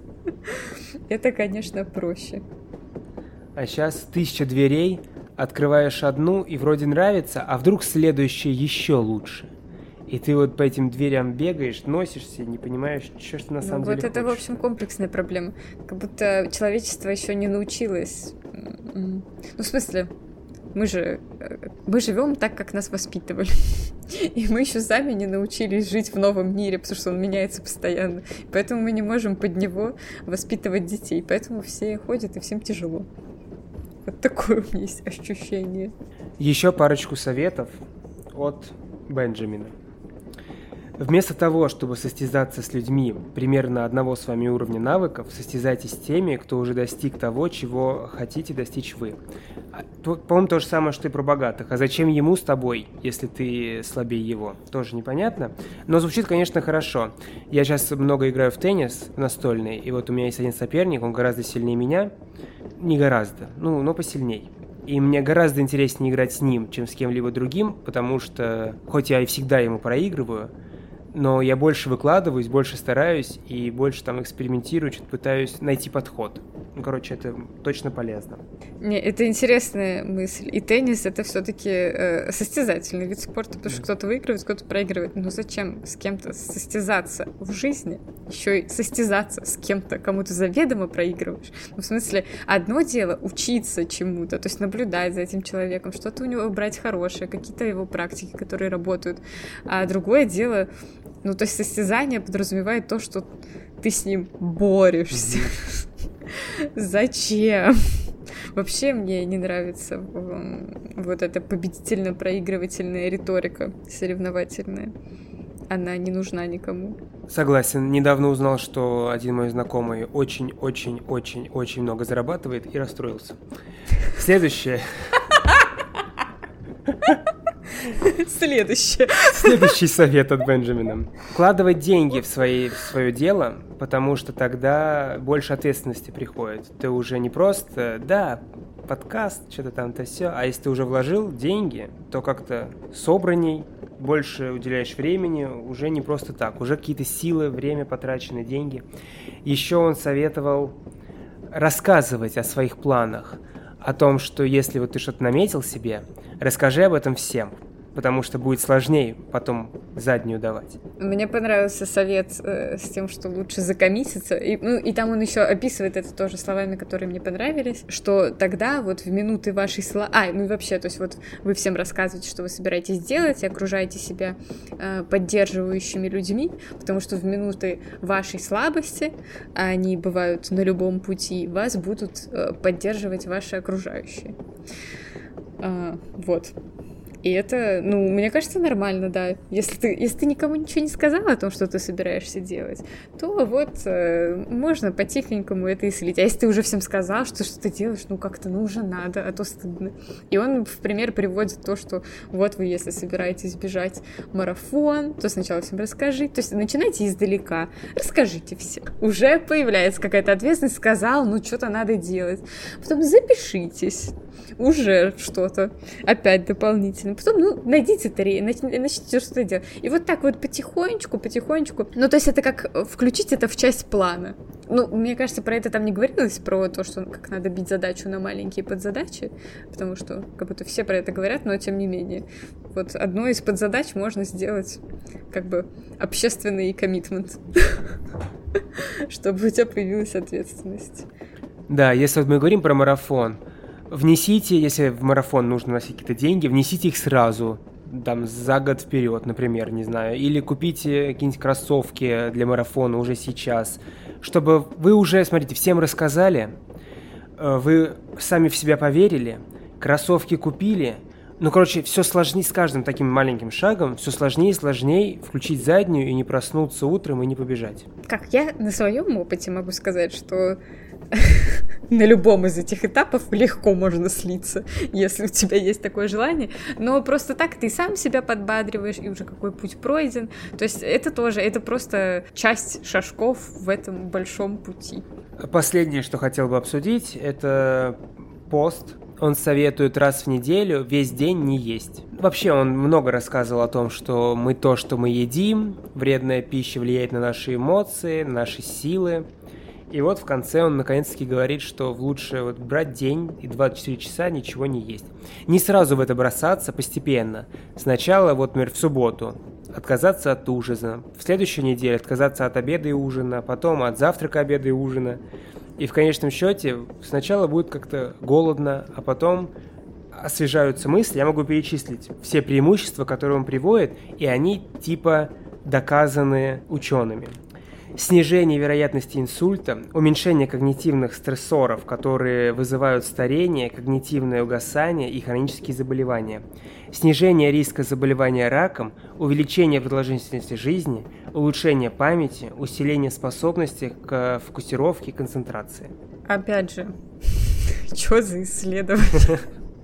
Это, конечно, проще. А сейчас тысяча дверей, открываешь одну и вроде нравится, а вдруг следующая еще лучше. И ты вот по этим дверям бегаешь, носишься, не понимаешь, что ж ты на самом ну, деле вот это, хочешь. в общем, комплексная проблема. Как будто человечество еще не научилось. Ну, в смысле, мы же мы живем так, как нас воспитывали. И мы еще сами не научились жить в новом мире, потому что он меняется постоянно. Поэтому мы не можем под него воспитывать детей. Поэтому все ходят, и всем тяжело. Вот такое у меня есть ощущение. Еще парочку советов от Бенджамина. Вместо того, чтобы состязаться с людьми примерно одного с вами уровня навыков, состязайтесь с теми, кто уже достиг того, чего хотите достичь вы. По-моему, то же самое, что и про богатых. А зачем ему с тобой, если ты слабее его? Тоже непонятно. Но звучит, конечно, хорошо. Я сейчас много играю в теннис настольный, и вот у меня есть один соперник, он гораздо сильнее меня. Не гораздо, ну, но посильней. И мне гораздо интереснее играть с ним, чем с кем-либо другим, потому что, хоть я и всегда ему проигрываю, но я больше выкладываюсь, больше стараюсь и больше там экспериментирую, что-то пытаюсь найти подход. Ну, короче, это точно полезно. Не, это интересная мысль. И теннис — это все-таки э, состязательный вид спорта, потому что кто-то выигрывает, кто-то проигрывает. Но зачем с кем-то состязаться в жизни? Еще и состязаться с кем-то, кому ты заведомо проигрываешь. Ну, в смысле, одно дело — учиться чему-то, то есть наблюдать за этим человеком, что-то у него брать хорошее, какие-то его практики, которые работают. А другое дело... Ну, то есть состязание подразумевает то, что ты с ним борешься. Зачем? Вообще мне не нравится вот эта победительно-проигрывательная риторика соревновательная. Она не нужна никому. Согласен. Недавно узнал, что один мой знакомый очень-очень-очень-очень много зарабатывает и расстроился. Следующее... Следующее. Следующий совет от Бенджамина. Вкладывать деньги в, свои, в свое дело, потому что тогда больше ответственности приходит. Ты уже не просто, да, подкаст, что-то там-то все, а если ты уже вложил деньги, то как-то собранней, больше уделяешь времени, уже не просто так, уже какие-то силы, время, потраченные деньги. Еще он советовал рассказывать о своих планах, о том, что если вот ты что-то наметил себе, расскажи об этом всем, потому что будет сложнее потом заднюю давать. Мне понравился совет э, с тем, что лучше закоммититься. И, ну, и там он еще описывает это тоже словами, которые мне понравились, что тогда вот в минуты вашей слабости... А, ну и вообще, то есть вот вы всем рассказываете, что вы собираетесь делать, и окружаете себя э, поддерживающими людьми, потому что в минуты вашей слабости, а они бывают на любом пути, вас будут э, поддерживать ваши окружающие. А, вот. И это, ну, мне кажется, нормально, да. Если ты, если ты никому ничего не сказала о том, что ты собираешься делать, то вот э, можно по-тихонькому это и слить. А если ты уже всем сказал, что что ты делаешь, ну, как-то, ну, уже надо, а то стыдно. И он в пример приводит то, что вот вы, если собираетесь бежать марафон, то сначала всем расскажите. То есть начинайте издалека, расскажите всем. Уже появляется какая-то ответственность, сказал, ну, что-то надо делать. Потом запишитесь. Уже что-то опять дополнительно. Потом, ну, найдите три, начните что-то делать. И вот так вот потихонечку, потихонечку. Ну, то есть это как включить это в часть плана. Ну, мне кажется, про это там не говорилось, про то, что как надо бить задачу на маленькие подзадачи, потому что как будто все про это говорят, но тем не менее. Вот одной из подзадач можно сделать как бы общественный коммитмент, чтобы у тебя появилась ответственность. Да, если вот мы говорим про марафон, внесите, если в марафон нужно вносить какие-то деньги, внесите их сразу, там, за год вперед, например, не знаю, или купите какие-нибудь кроссовки для марафона уже сейчас, чтобы вы уже, смотрите, всем рассказали, вы сами в себя поверили, кроссовки купили. Ну, короче, все сложнее с каждым таким маленьким шагом, все сложнее и сложнее включить заднюю и не проснуться утром и не побежать. Как я на своем опыте могу сказать, что на любом из этих этапов легко можно слиться, если у тебя есть такое желание, но просто так ты сам себя подбадриваешь, и уже какой путь пройден. То есть это тоже, это просто часть шажков в этом большом пути. Последнее, что хотел бы обсудить, это пост. Он советует раз в неделю весь день не есть. Вообще он много рассказывал о том, что мы то, что мы едим, вредная пища влияет на наши эмоции, на наши силы. И вот в конце он наконец-таки говорит, что лучше вот брать день и двадцать четыре часа ничего не есть. Не сразу в это бросаться, постепенно. Сначала, вот, например, в субботу отказаться от ужина, в следующую неделю отказаться от обеда и ужина, потом от завтрака, обеда и ужина. И в конечном счете сначала будет как-то голодно, а потом освежаются мысли. Я могу перечислить все преимущества, которые он приводит, и они типа доказаны учеными. Снижение вероятности инсульта, уменьшение когнитивных стрессоров, которые вызывают старение, когнитивное угасание и хронические заболевания, снижение риска заболевания раком, увеличение продолжительности жизни, улучшение памяти, усиление способности к фокусировке и концентрации. Опять же, что за исследование?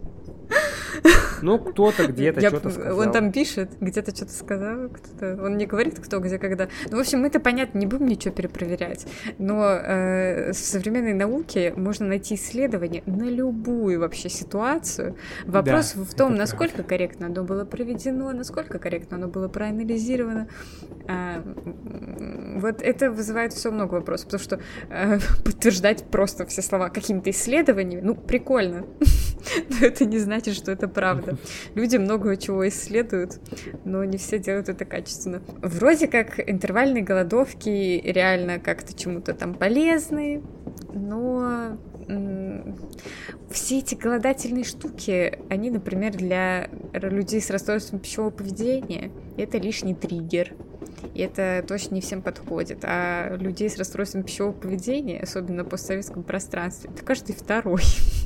Ну, кто-то где-то Я, что-то сказал. Он там пишет, где-то что-то сказал, кто-то... Он не говорит, кто, где, когда. Ну, в общем, мы-то, понятно, не будем ничего перепроверять. Но э, в современной науке можно найти исследования на любую вообще ситуацию. Вопрос да, в том, насколько правда. корректно оно было проведено, насколько корректно оно было проанализировано. А, вот это вызывает все много вопросов, потому что э, подтверждать просто все слова какими-то исследованиями, ну, прикольно. Но это не значит, что это правда. Люди много чего исследуют, но не все делают это качественно. Вроде как интервальные голодовки реально как-то чему-то там полезны, но м- все эти голодательные штуки, они, например, для людей с расстройством пищевого поведения, это лишний триггер. И это точно не всем подходит. А людей с расстройством пищевого поведения, особенно в постсоветском пространстве, это каждый второй.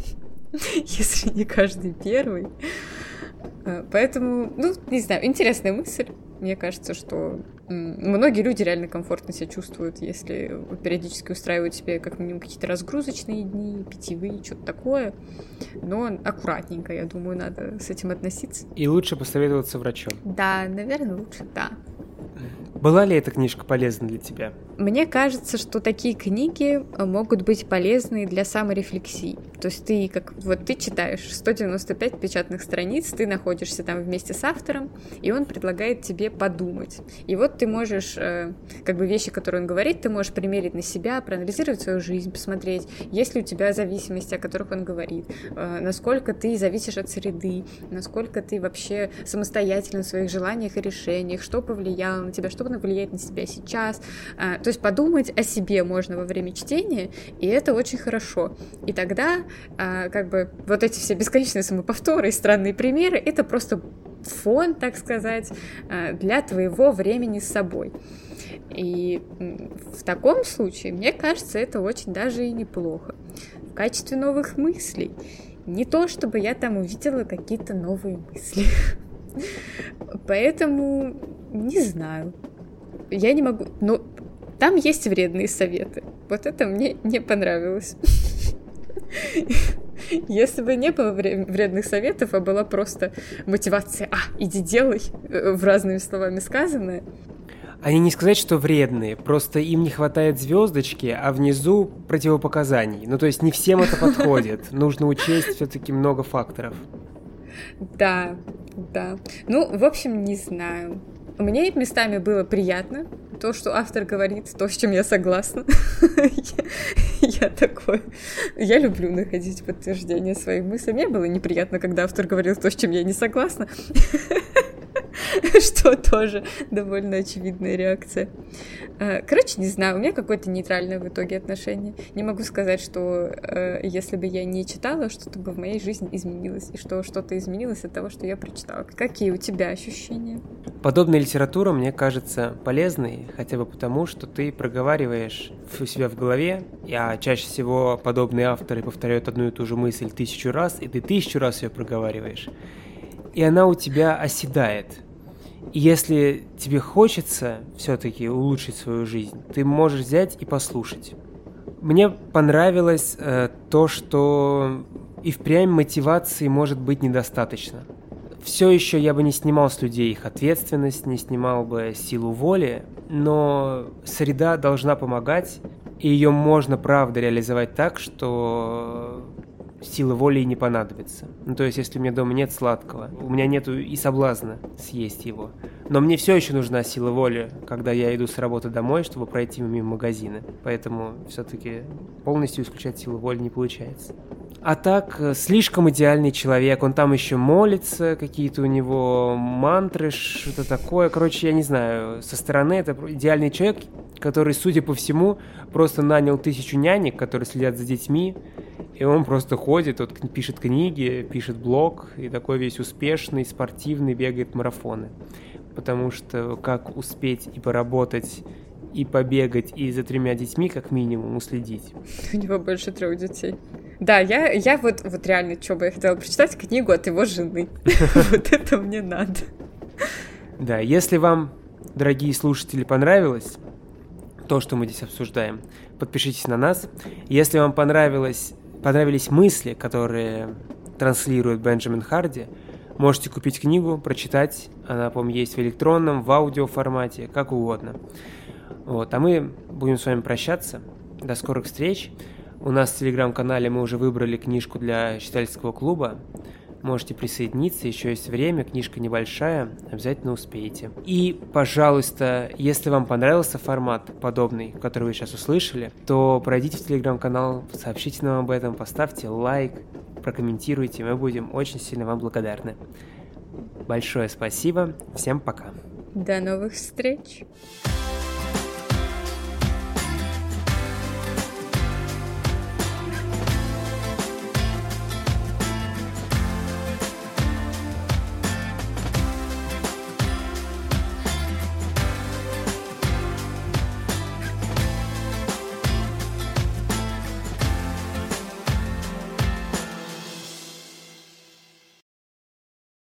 Если не каждый первый. Поэтому, ну, не знаю, интересная мысль. Мне кажется, что многие люди реально комфортно себя чувствуют, если периодически устраивают себе как минимум какие-то разгрузочные дни, питьевые, что-то такое. Но аккуратненько, я думаю, надо с этим относиться. И лучше посоветоваться врачом. Да, наверное, лучше, да. Была ли эта книжка полезна для тебя? Мне кажется, что такие книги могут быть полезны для саморефлексии. То есть ты, как вот ты читаешь сто девяносто пять печатных страниц, ты находишься там вместе с автором, и он предлагает тебе подумать. И вот ты можешь, как бы вещи, которые он говорит, ты можешь примерить на себя, проанализировать свою жизнь, посмотреть, есть ли у тебя зависимости, о которых он говорит, насколько ты зависишь от среды, насколько ты вообще самостоятельен в своих желаниях и решениях, что повлияло на тебя, что влияет на себя сейчас. То есть подумать о себе можно во время чтения, и это очень хорошо. И тогда как бы вот эти все бесконечные самоповторы и странные примеры, это просто фон, так сказать, для твоего времени с собой. И в таком случае, мне кажется, это очень даже и неплохо. В качестве новых мыслей. Не то, чтобы я там увидела какие-то новые мысли. Поэтому не знаю. Я не могу... Но там есть вредные советы. Вот это мне не понравилось. Если бы не было вредных советов, а была просто мотивация «А, иди делай», в разными словами сказанное. Они не сказать, что вредные, просто им не хватает звездочки, а внизу противопоказаний. Ну, то есть не всем это подходит. Нужно учесть все-таки много факторов. Да, да. Ну, в общем, не знаю. Мне местами было приятно то, что автор говорит, то, с чем я согласна. я, я такой... Я люблю находить подтверждение своих мыслей. Мне было неприятно, когда автор говорил то, с чем я не согласна. что тоже довольно очевидная реакция. Короче, не знаю, у меня какое-то нейтральное в итоге отношение. Не могу сказать, что если бы я не читала, что-то бы в моей жизни изменилось, и что что-то изменилось от того, что я прочитала. Какие у тебя ощущения? Подобная литература мне кажется полезной, хотя бы потому, что ты проговариваешь у себя в голове, а чаще всего подобные авторы повторяют одну и ту же мысль тысячу раз, и ты тысячу раз ее проговариваешь, и она у тебя оседает. И если тебе хочется все-таки улучшить свою жизнь, ты можешь взять и послушать. Мне понравилось э, то, что и впрямь мотивации может быть недостаточно. Все еще я бы не снимал с людей их ответственность, не снимал бы силу воли, но среда должна помогать, и ее можно, правда, реализовать так, что силы воли и не понадобится. Ну, то есть, если у меня дома нет сладкого, у меня нету и соблазна съесть его. Но мне все еще нужна сила воли, когда я иду с работы домой, чтобы пройти мимо магазина. Поэтому все-таки полностью исключать силу воли не получается. А так, слишком идеальный человек, он там еще молится, какие-то у него мантры, что-то такое. Короче, я не знаю, со стороны это идеальный человек, который, судя по всему, просто нанял тысячу нянек, которые следят за детьми, и он просто ходит, вот, пишет книги, пишет блог, и такой весь успешный, спортивный, бегает марафоны. Потому что как успеть и поработать, и побегать, и за тремя детьми, как минимум, уследить. У него больше трех детей. Да, я, я вот, вот реально, что бы я хотела прочитать книгу от его жены. Вот это мне надо. Да, если вам, дорогие слушатели, понравилось то, что мы здесь обсуждаем, подпишитесь на нас. Если вам понравилось, понравились мысли, которые транслирует Бенджамин Харди, можете купить книгу, прочитать. Она, по-моему, есть в электронном, в аудиоформате, как угодно. Вот, а мы будем с вами прощаться. До скорых встреч. У нас в телеграм-канале мы уже выбрали книжку для читательского клуба. Можете присоединиться, еще есть время, книжка небольшая, обязательно успеете. И, пожалуйста, если вам понравился формат подобный, который вы сейчас услышали, то пройдите в телеграм-канал, сообщите нам об этом, поставьте лайк, прокомментируйте, мы будем очень сильно вам благодарны. Большое спасибо, всем пока. До новых встреч!